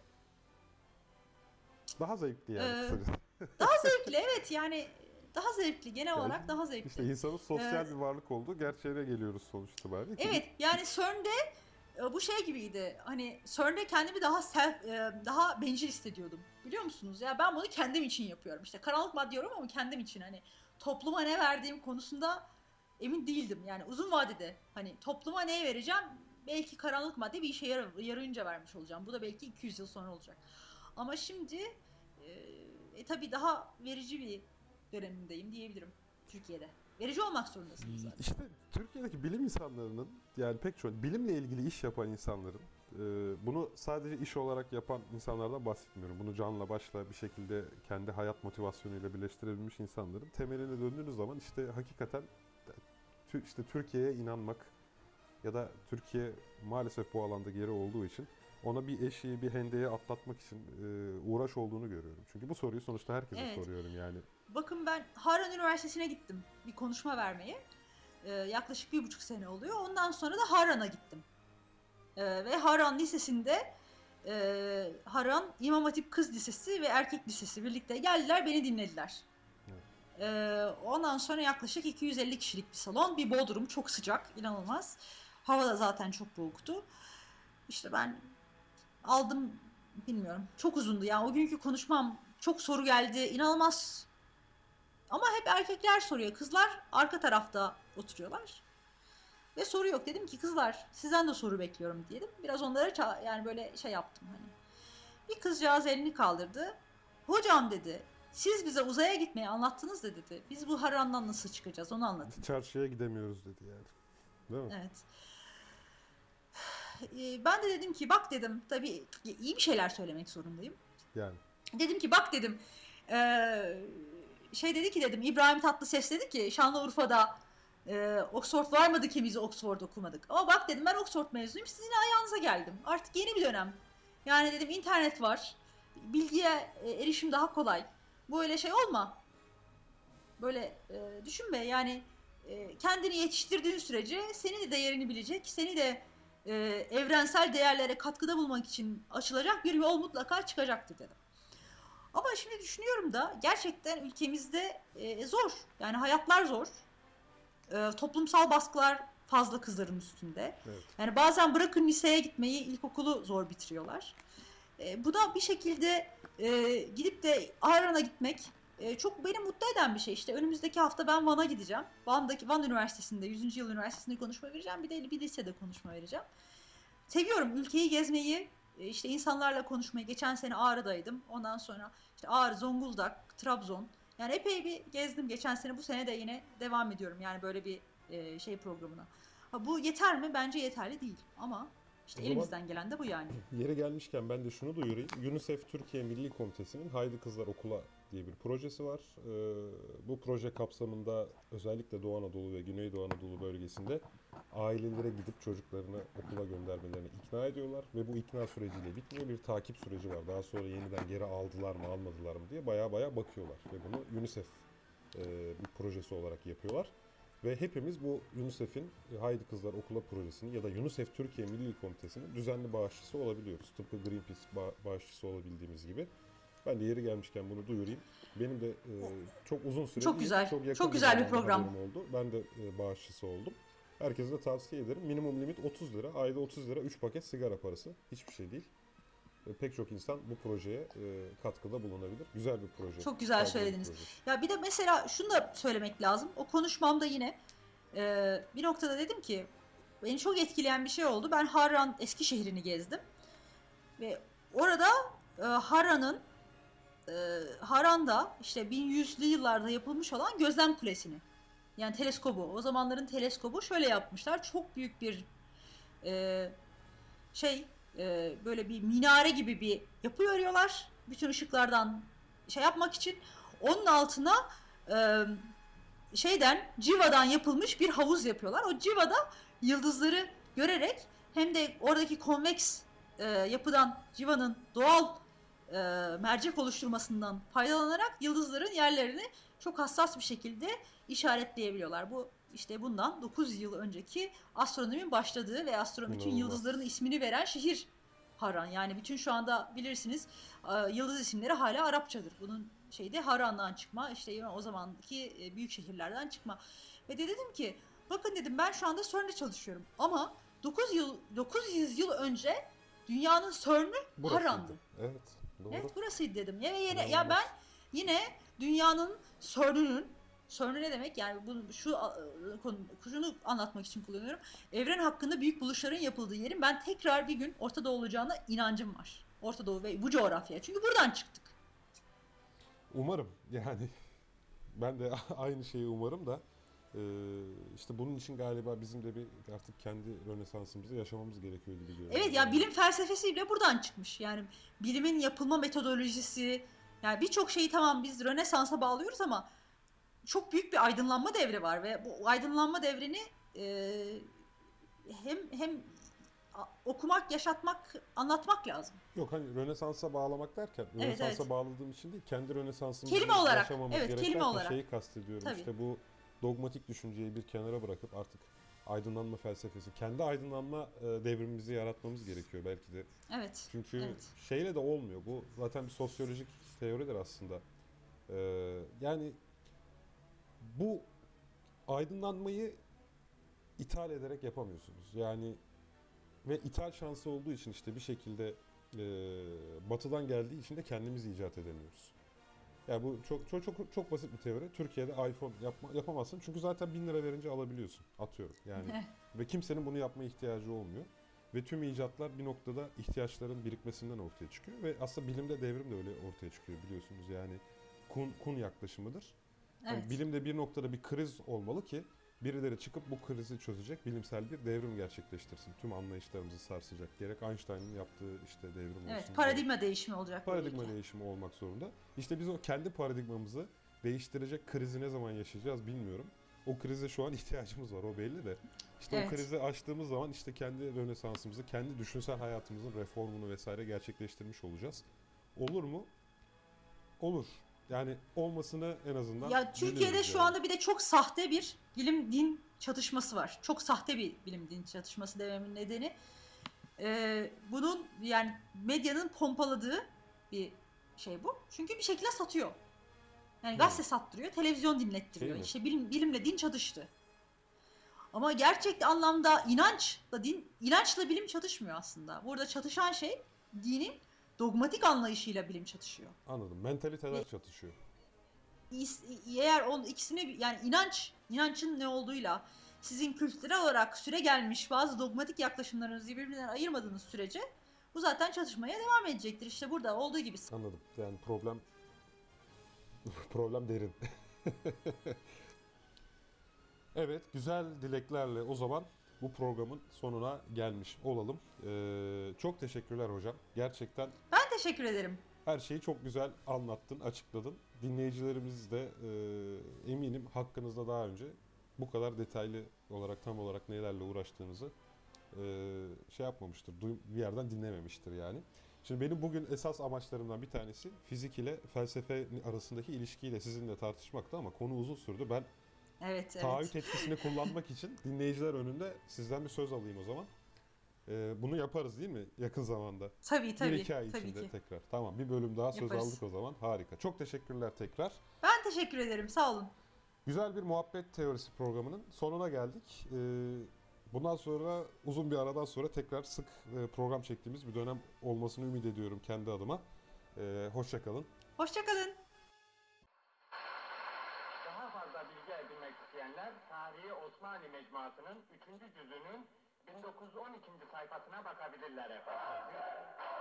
daha zevkli yani Ee, kısacası. Daha zevkli, evet, yani daha zevkli, genel Yani olarak daha zevkli. İşte insanın sosyal Ee, bir varlık olduğu gerçeğine geliyoruz sonuç itibariyle. ki- Evet, yani CERN'de e, bu şey gibiydi. Hani CERN'de kendimi daha self, e, daha bencil hissediyordum. Biliyor musunuz? Ya ben bunu kendim için yapıyorum. İşte karanlık madde diyorum ama kendim için, hani topluma ne verdiğim konusunda emin değildim. Yani uzun vadede hani topluma ne vereceğim? Belki karanlık madde bir işe yarar, yarayınca vermiş olacağım. Bu da belki iki yüz yıl sonra olacak. Ama şimdi e, e, tabii daha verici bir dönemindeyim diyebilirim Türkiye'de. Verici olmak zorundasınız zaten. İşte Türkiye'deki bilim insanlarının, yani pek çok bilimle ilgili iş yapan insanların, e, bunu sadece iş olarak yapan insanlardan bahsetmiyorum. Bunu canla başla bir şekilde kendi hayat motivasyonuyla birleştirebilmiş insanların temeline döndüğünüz zaman işte hakikaten tü- işte Türkiye'ye inanmak ya da Türkiye maalesef bu alanda geri olduğu için ona bir eşiği, bir hendeyi atlatmak için e, uğraş olduğunu görüyorum. Çünkü bu soruyu sonuçta herkese Evet. soruyorum yani. Bakın, ben Harran Üniversitesi'ne gittim bir konuşma vermeye. Ee, yaklaşık bir buçuk sene oluyor. Ondan sonra da Harran'a gittim. Ee, ve Harran Lisesi'nde e, Harran İmam Hatip Kız Lisesi ve Erkek Lisesi birlikte geldiler, beni dinlediler. Evet. Ee, ondan sonra yaklaşık iki yüz elli kişilik bir salon, bir bodrum, çok sıcak, inanılmaz. Hava da zaten çok boğuktu. İşte ben aldım, bilmiyorum, çok uzundu yani o günkü konuşmam, çok soru geldi, inanılmaz. Ama hep erkekler soruyor. Kızlar arka tarafta oturuyorlar. Ve soru yok. Dedim ki kızlar, sizden de soru bekliyorum diyelim. Biraz onlara ça- yani böyle şey yaptım hani. Bir kızcağız elini kaldırdı. Hocam dedi, siz bize uzaya gitmeyi anlattınız da dedi. Biz bu Harran'dan nasıl çıkacağız, onu anlatın. Çarşıya gidemiyoruz dedi yani. Değil mi? Evet. Ee, ben de dedim ki bak dedim, tabii iyi bir şeyler söylemek zorundayım. Yani. Dedim ki bak dedim, ee, şey dedi ki dedim, İbrahim Tatlıses dedi ki Şanlıurfa'da e, Oxford varmadı ki biz Oxford okumadık. Ama bak dedim, ben Oxford mezunuyum, sizin ayağınıza geldim. Artık yeni bir dönem. Yani dedim, internet var. Bilgiye e, erişim daha kolay. Böyle şey olma. Böyle e, düşünme yani, e, kendini yetiştirdiğin sürece seni de değerini bilecek, seni de e, evrensel değerlere katkıda bulmak için açılacak bir yol mutlaka çıkacaktır dedim. Ama şimdi düşünüyorum da gerçekten ülkemizde e, zor. Yani hayatlar zor. E, toplumsal baskılar fazla kızların üstünde. Evet. Yani bazen bırakın liseye gitmeyi, ilkokulu zor bitiriyorlar. E, bu da bir şekilde e, gidip de Harran'a gitmek e, çok beni mutlu eden bir şey. İşte önümüzdeki hafta ben Van'a gideceğim. Van'daki Van Üniversitesi'nde, yüzüncü yıl üniversitesinde konuşma vereceğim. Bir de bir lisede konuşma vereceğim. Seviyorum ülkeyi gezmeyi, e, işte insanlarla konuşmayı. Geçen sene Ağrı'daydım. Ondan sonra işte Ağrı, Zonguldak, Trabzon. Yani epey bir gezdim geçen sene. Bu sene de yine devam ediyorum. Yani böyle bir e, şey programına. Ha, bu yeter mi? Bence yeterli değil. Ama işte O zaman- elimizden gelen de bu yani. Yeri gelmişken ben de şunu duyurayım. UNICEF Türkiye Milli Komitesi'nin Haydi Kızlar Okula diye bir projesi var. Ee, bu proje kapsamında özellikle Doğu Anadolu ve Güneydoğu Anadolu bölgesinde ailelere gidip çocuklarını okula göndermelerini ikna ediyorlar. Ve bu ikna süreciyle bitmiyor. Bir takip süreci var. Daha sonra yeniden geri aldılar mı almadılar mı diye baya baya bakıyorlar. Ve bunu UNICEF e, bir projesi olarak yapıyorlar. Ve hepimiz bu UNICEF'in Haydi Kızlar Okula projesini ya da UNICEF Türkiye Milli Komitesi'nin düzenli bağışçısı olabiliyoruz. Tıpkı Greenpeace ba- bağışçısı olabildiğimiz gibi. Ben de yeri gelmişken bunu duyurayım. Benim de e, çok uzun süre Çok değil, güzel, çok yakın çok güzel bir zamanda program. haberim oldu. Ben de e, bağışçısı oldum. Herkese de tavsiye ederim. Minimum limit otuz lira. Ayda otuz lira üç paket sigara parası. Hiçbir şey değil. E, pek çok insan bu projeye e, katkıda bulunabilir. Güzel bir proje. Çok güzel Faydalı bir söylediniz. proje. Ya bir de mesela şunu da söylemek lazım. O konuşmamda yine e, bir noktada dedim ki beni çok etkileyen bir şey oldu. Ben Harran Eskişehir'ini gezdim ve orada e, Harran'ın e, Haran'da işte bin yüzlü yıllarda yapılmış olan gözlem kulesini, yani teleskobu, o zamanların teleskobu şöyle yapmışlar. Çok büyük bir e, şey e, böyle bir minare gibi bir yapı örüyorlar. Bütün ışıklardan şey yapmak için. Onun altına e, şeyden, civadan yapılmış bir havuz yapıyorlar. O civada yıldızları görerek hem de oradaki konveks e, yapıdan, civanın doğal e, mercek oluşturmasından faydalanarak yıldızların yerlerini çok hassas bir şekilde işaretleyebiliyorlar. Bu işte bundan dokuz yıl önceki astronominin başladığı ve astro bütün İnanılmaz. yıldızların ismini veren şehir Haran. Yani bütün şu anda bilirsiniz e, yıldız isimleri hala Arapçadır. Bunun şeyde Haran'dan çıkma, işte o zamanki e, büyük şehirlerden çıkma. Ve de dedim ki bakın dedim, ben şu anda CERN'de çalışıyorum ama dokuz yıl dokuz yüz yıl önce dünyanın CERN'ü Burasıydı. Haran'dı. Evet. Doğru. Evet, burasıydı dedim. Ya, ve yine, ya İnanılmaz. ben yine dünyanın CERN'ünün, CERN'ü ne demek? Yani bunu şu a, konu, şunu anlatmak için kullanıyorum. Evren hakkında büyük buluşların yapıldığı yerin ben tekrar bir gün Orta Doğu olacağına inancım var. Orta Doğu ve bu coğrafya. Çünkü buradan çıktık. Umarım yani ben de aynı şeyi umarım da e, işte bunun için galiba bizim de bir artık kendi rönesansımızı yaşamamız gerekiyor gibi görünüyor. Evet ya, bilim felsefesi bile buradan çıkmış. Yani bilimin yapılma metodolojisi, yani birçok şeyi tamam biz Rönesans'a bağlıyoruz ama çok büyük bir aydınlanma devri var ve bu aydınlanma devrini e, hem hem a- okumak, yaşatmak, anlatmak lazım. Yok hani Rönesans'a bağlamak derken Evet, Rönesans'a evet. bağladığım için değil kendi Rönesansımızı Kelime olarak, yaşamamız evet, gerek kelime derken olarak. şeyi kastediyorum. Tabii. İşte bu dogmatik düşünceyi bir kenara bırakıp artık aydınlanma felsefesi, kendi aydınlanma e, devrimimizi yaratmamız gerekiyor belki de. Evet. Çünkü Evet. şeyle de olmuyor. Bu zaten bir sosyolojik teoridir aslında. Ee, yani bu aydınlanmayı ithal ederek yapamıyorsunuz. Yani ve ithal şansı olduğu için işte bir şekilde e, batıdan geldiği için de kendimiz icat edemiyoruz. Yani bu çok çok çok çok basit bir teori. Türkiye'de iPhone yapma, yapamazsın çünkü zaten bin lira verince alabiliyorsun. Atıyorum yani. Ve kimsenin bunu yapmaya ihtiyacı olmuyor. Ve tüm icatlar bir noktada ihtiyaçların birikmesinden ortaya çıkıyor. Ve aslında bilimde devrim de öyle ortaya çıkıyor biliyorsunuz. Yani kun, kun yaklaşımıdır. Yani Evet. bilimde bir noktada bir kriz olmalı ki birileri çıkıp bu krizi çözecek bilimsel bir devrim gerçekleştirsin. Tüm anlayışlarımızı sarsacak. Gerek Einstein'ın yaptığı işte devrim olsun. Evet, paradigma değişimi olacak. Paradigma böylelikle. değişimi olmak zorunda. İşte biz o kendi paradigmamızı değiştirecek krizi ne zaman yaşayacağız bilmiyorum. O krize şu an ihtiyacımız var, o belli de. İşte Evet. o krizi aştığımız zaman işte kendi rönesansımızı, kendi düşünsel hayatımızın reformunu vesaire gerçekleştirmiş olacağız. Olur mu? Olur. Yani olmasını en azından Ya Türkiye'de dileriz şu yani. anda bir de çok sahte bir bilim din çatışması var. Çok sahte bir bilim din çatışması dememin nedeni e, bunun, yani medyanın pompaladığı bir şey bu. Çünkü bir şekilde satıyor. Yani gazete Hmm. sattırıyor, televizyon dinlettiriyor. Şey mi? İşte bilim, bilimle din çatıştı. Ama gerçek anlamda inançla din, inançla bilim çatışmıyor aslında. Burada çatışan şey dinin dogmatik anlayışıyla bilim çatışıyor. Anladım. Mentaliteler çatışıyor. Eğer on ikisini, yani inanç, inancın ne olduğuyla sizin kültürel olarak süre gelmiş bazı dogmatik yaklaşımlarınızı birbirinden ayırmadığınız sürece bu zaten çatışmaya devam edecektir. İşte burada olduğu gibi. Anladım. Yani problem problem derin. Evet, güzel dileklerle o zaman bu programın sonuna gelmiş olalım. Ee, çok teşekkürler hocam. Gerçekten Ben teşekkür ederim. her şeyi çok güzel anlattın, açıkladın. Dinleyicilerimiz de e, eminim hakkınızda daha önce bu kadar detaylı olarak tam olarak nelerle uğraştığınızı e, şey yapmamıştır, duy- bir yerden dinlememiştir yani. Şimdi benim bugün esas amaçlarımdan bir tanesi fizik ile felsefe arasındaki ilişkiyle sizinle tartışmaktı ama konu uzun sürdü. Ben Evet, evet. taahhüt etkisini kullanmak için dinleyiciler önünde sizden bir söz alayım o zaman. Ee, bunu yaparız değil mi yakın zamanda? Tabii tabii. Bir iki ay tabii içinde ki. tekrar. Tamam, bir bölüm daha söz Yaparız. aldık o zaman. Harika. Çok teşekkürler tekrar. Ben teşekkür ederim. Sağ olun. Güzel bir muhabbet teorisi programının sonuna geldik. Ee, bundan sonra uzun bir aradan sonra tekrar sık e, program çektiğimiz bir dönem olmasını ümit ediyorum kendi adıma. Ee, hoşça kalın. Hoşçakalın. Daha fazla bilgi edinmek isteyenler Tarihi Osmanlı Mecmuası'nın üçüncü cüzünün bin dokuz yüz on ikinci sayfasına bakabilirler efendim.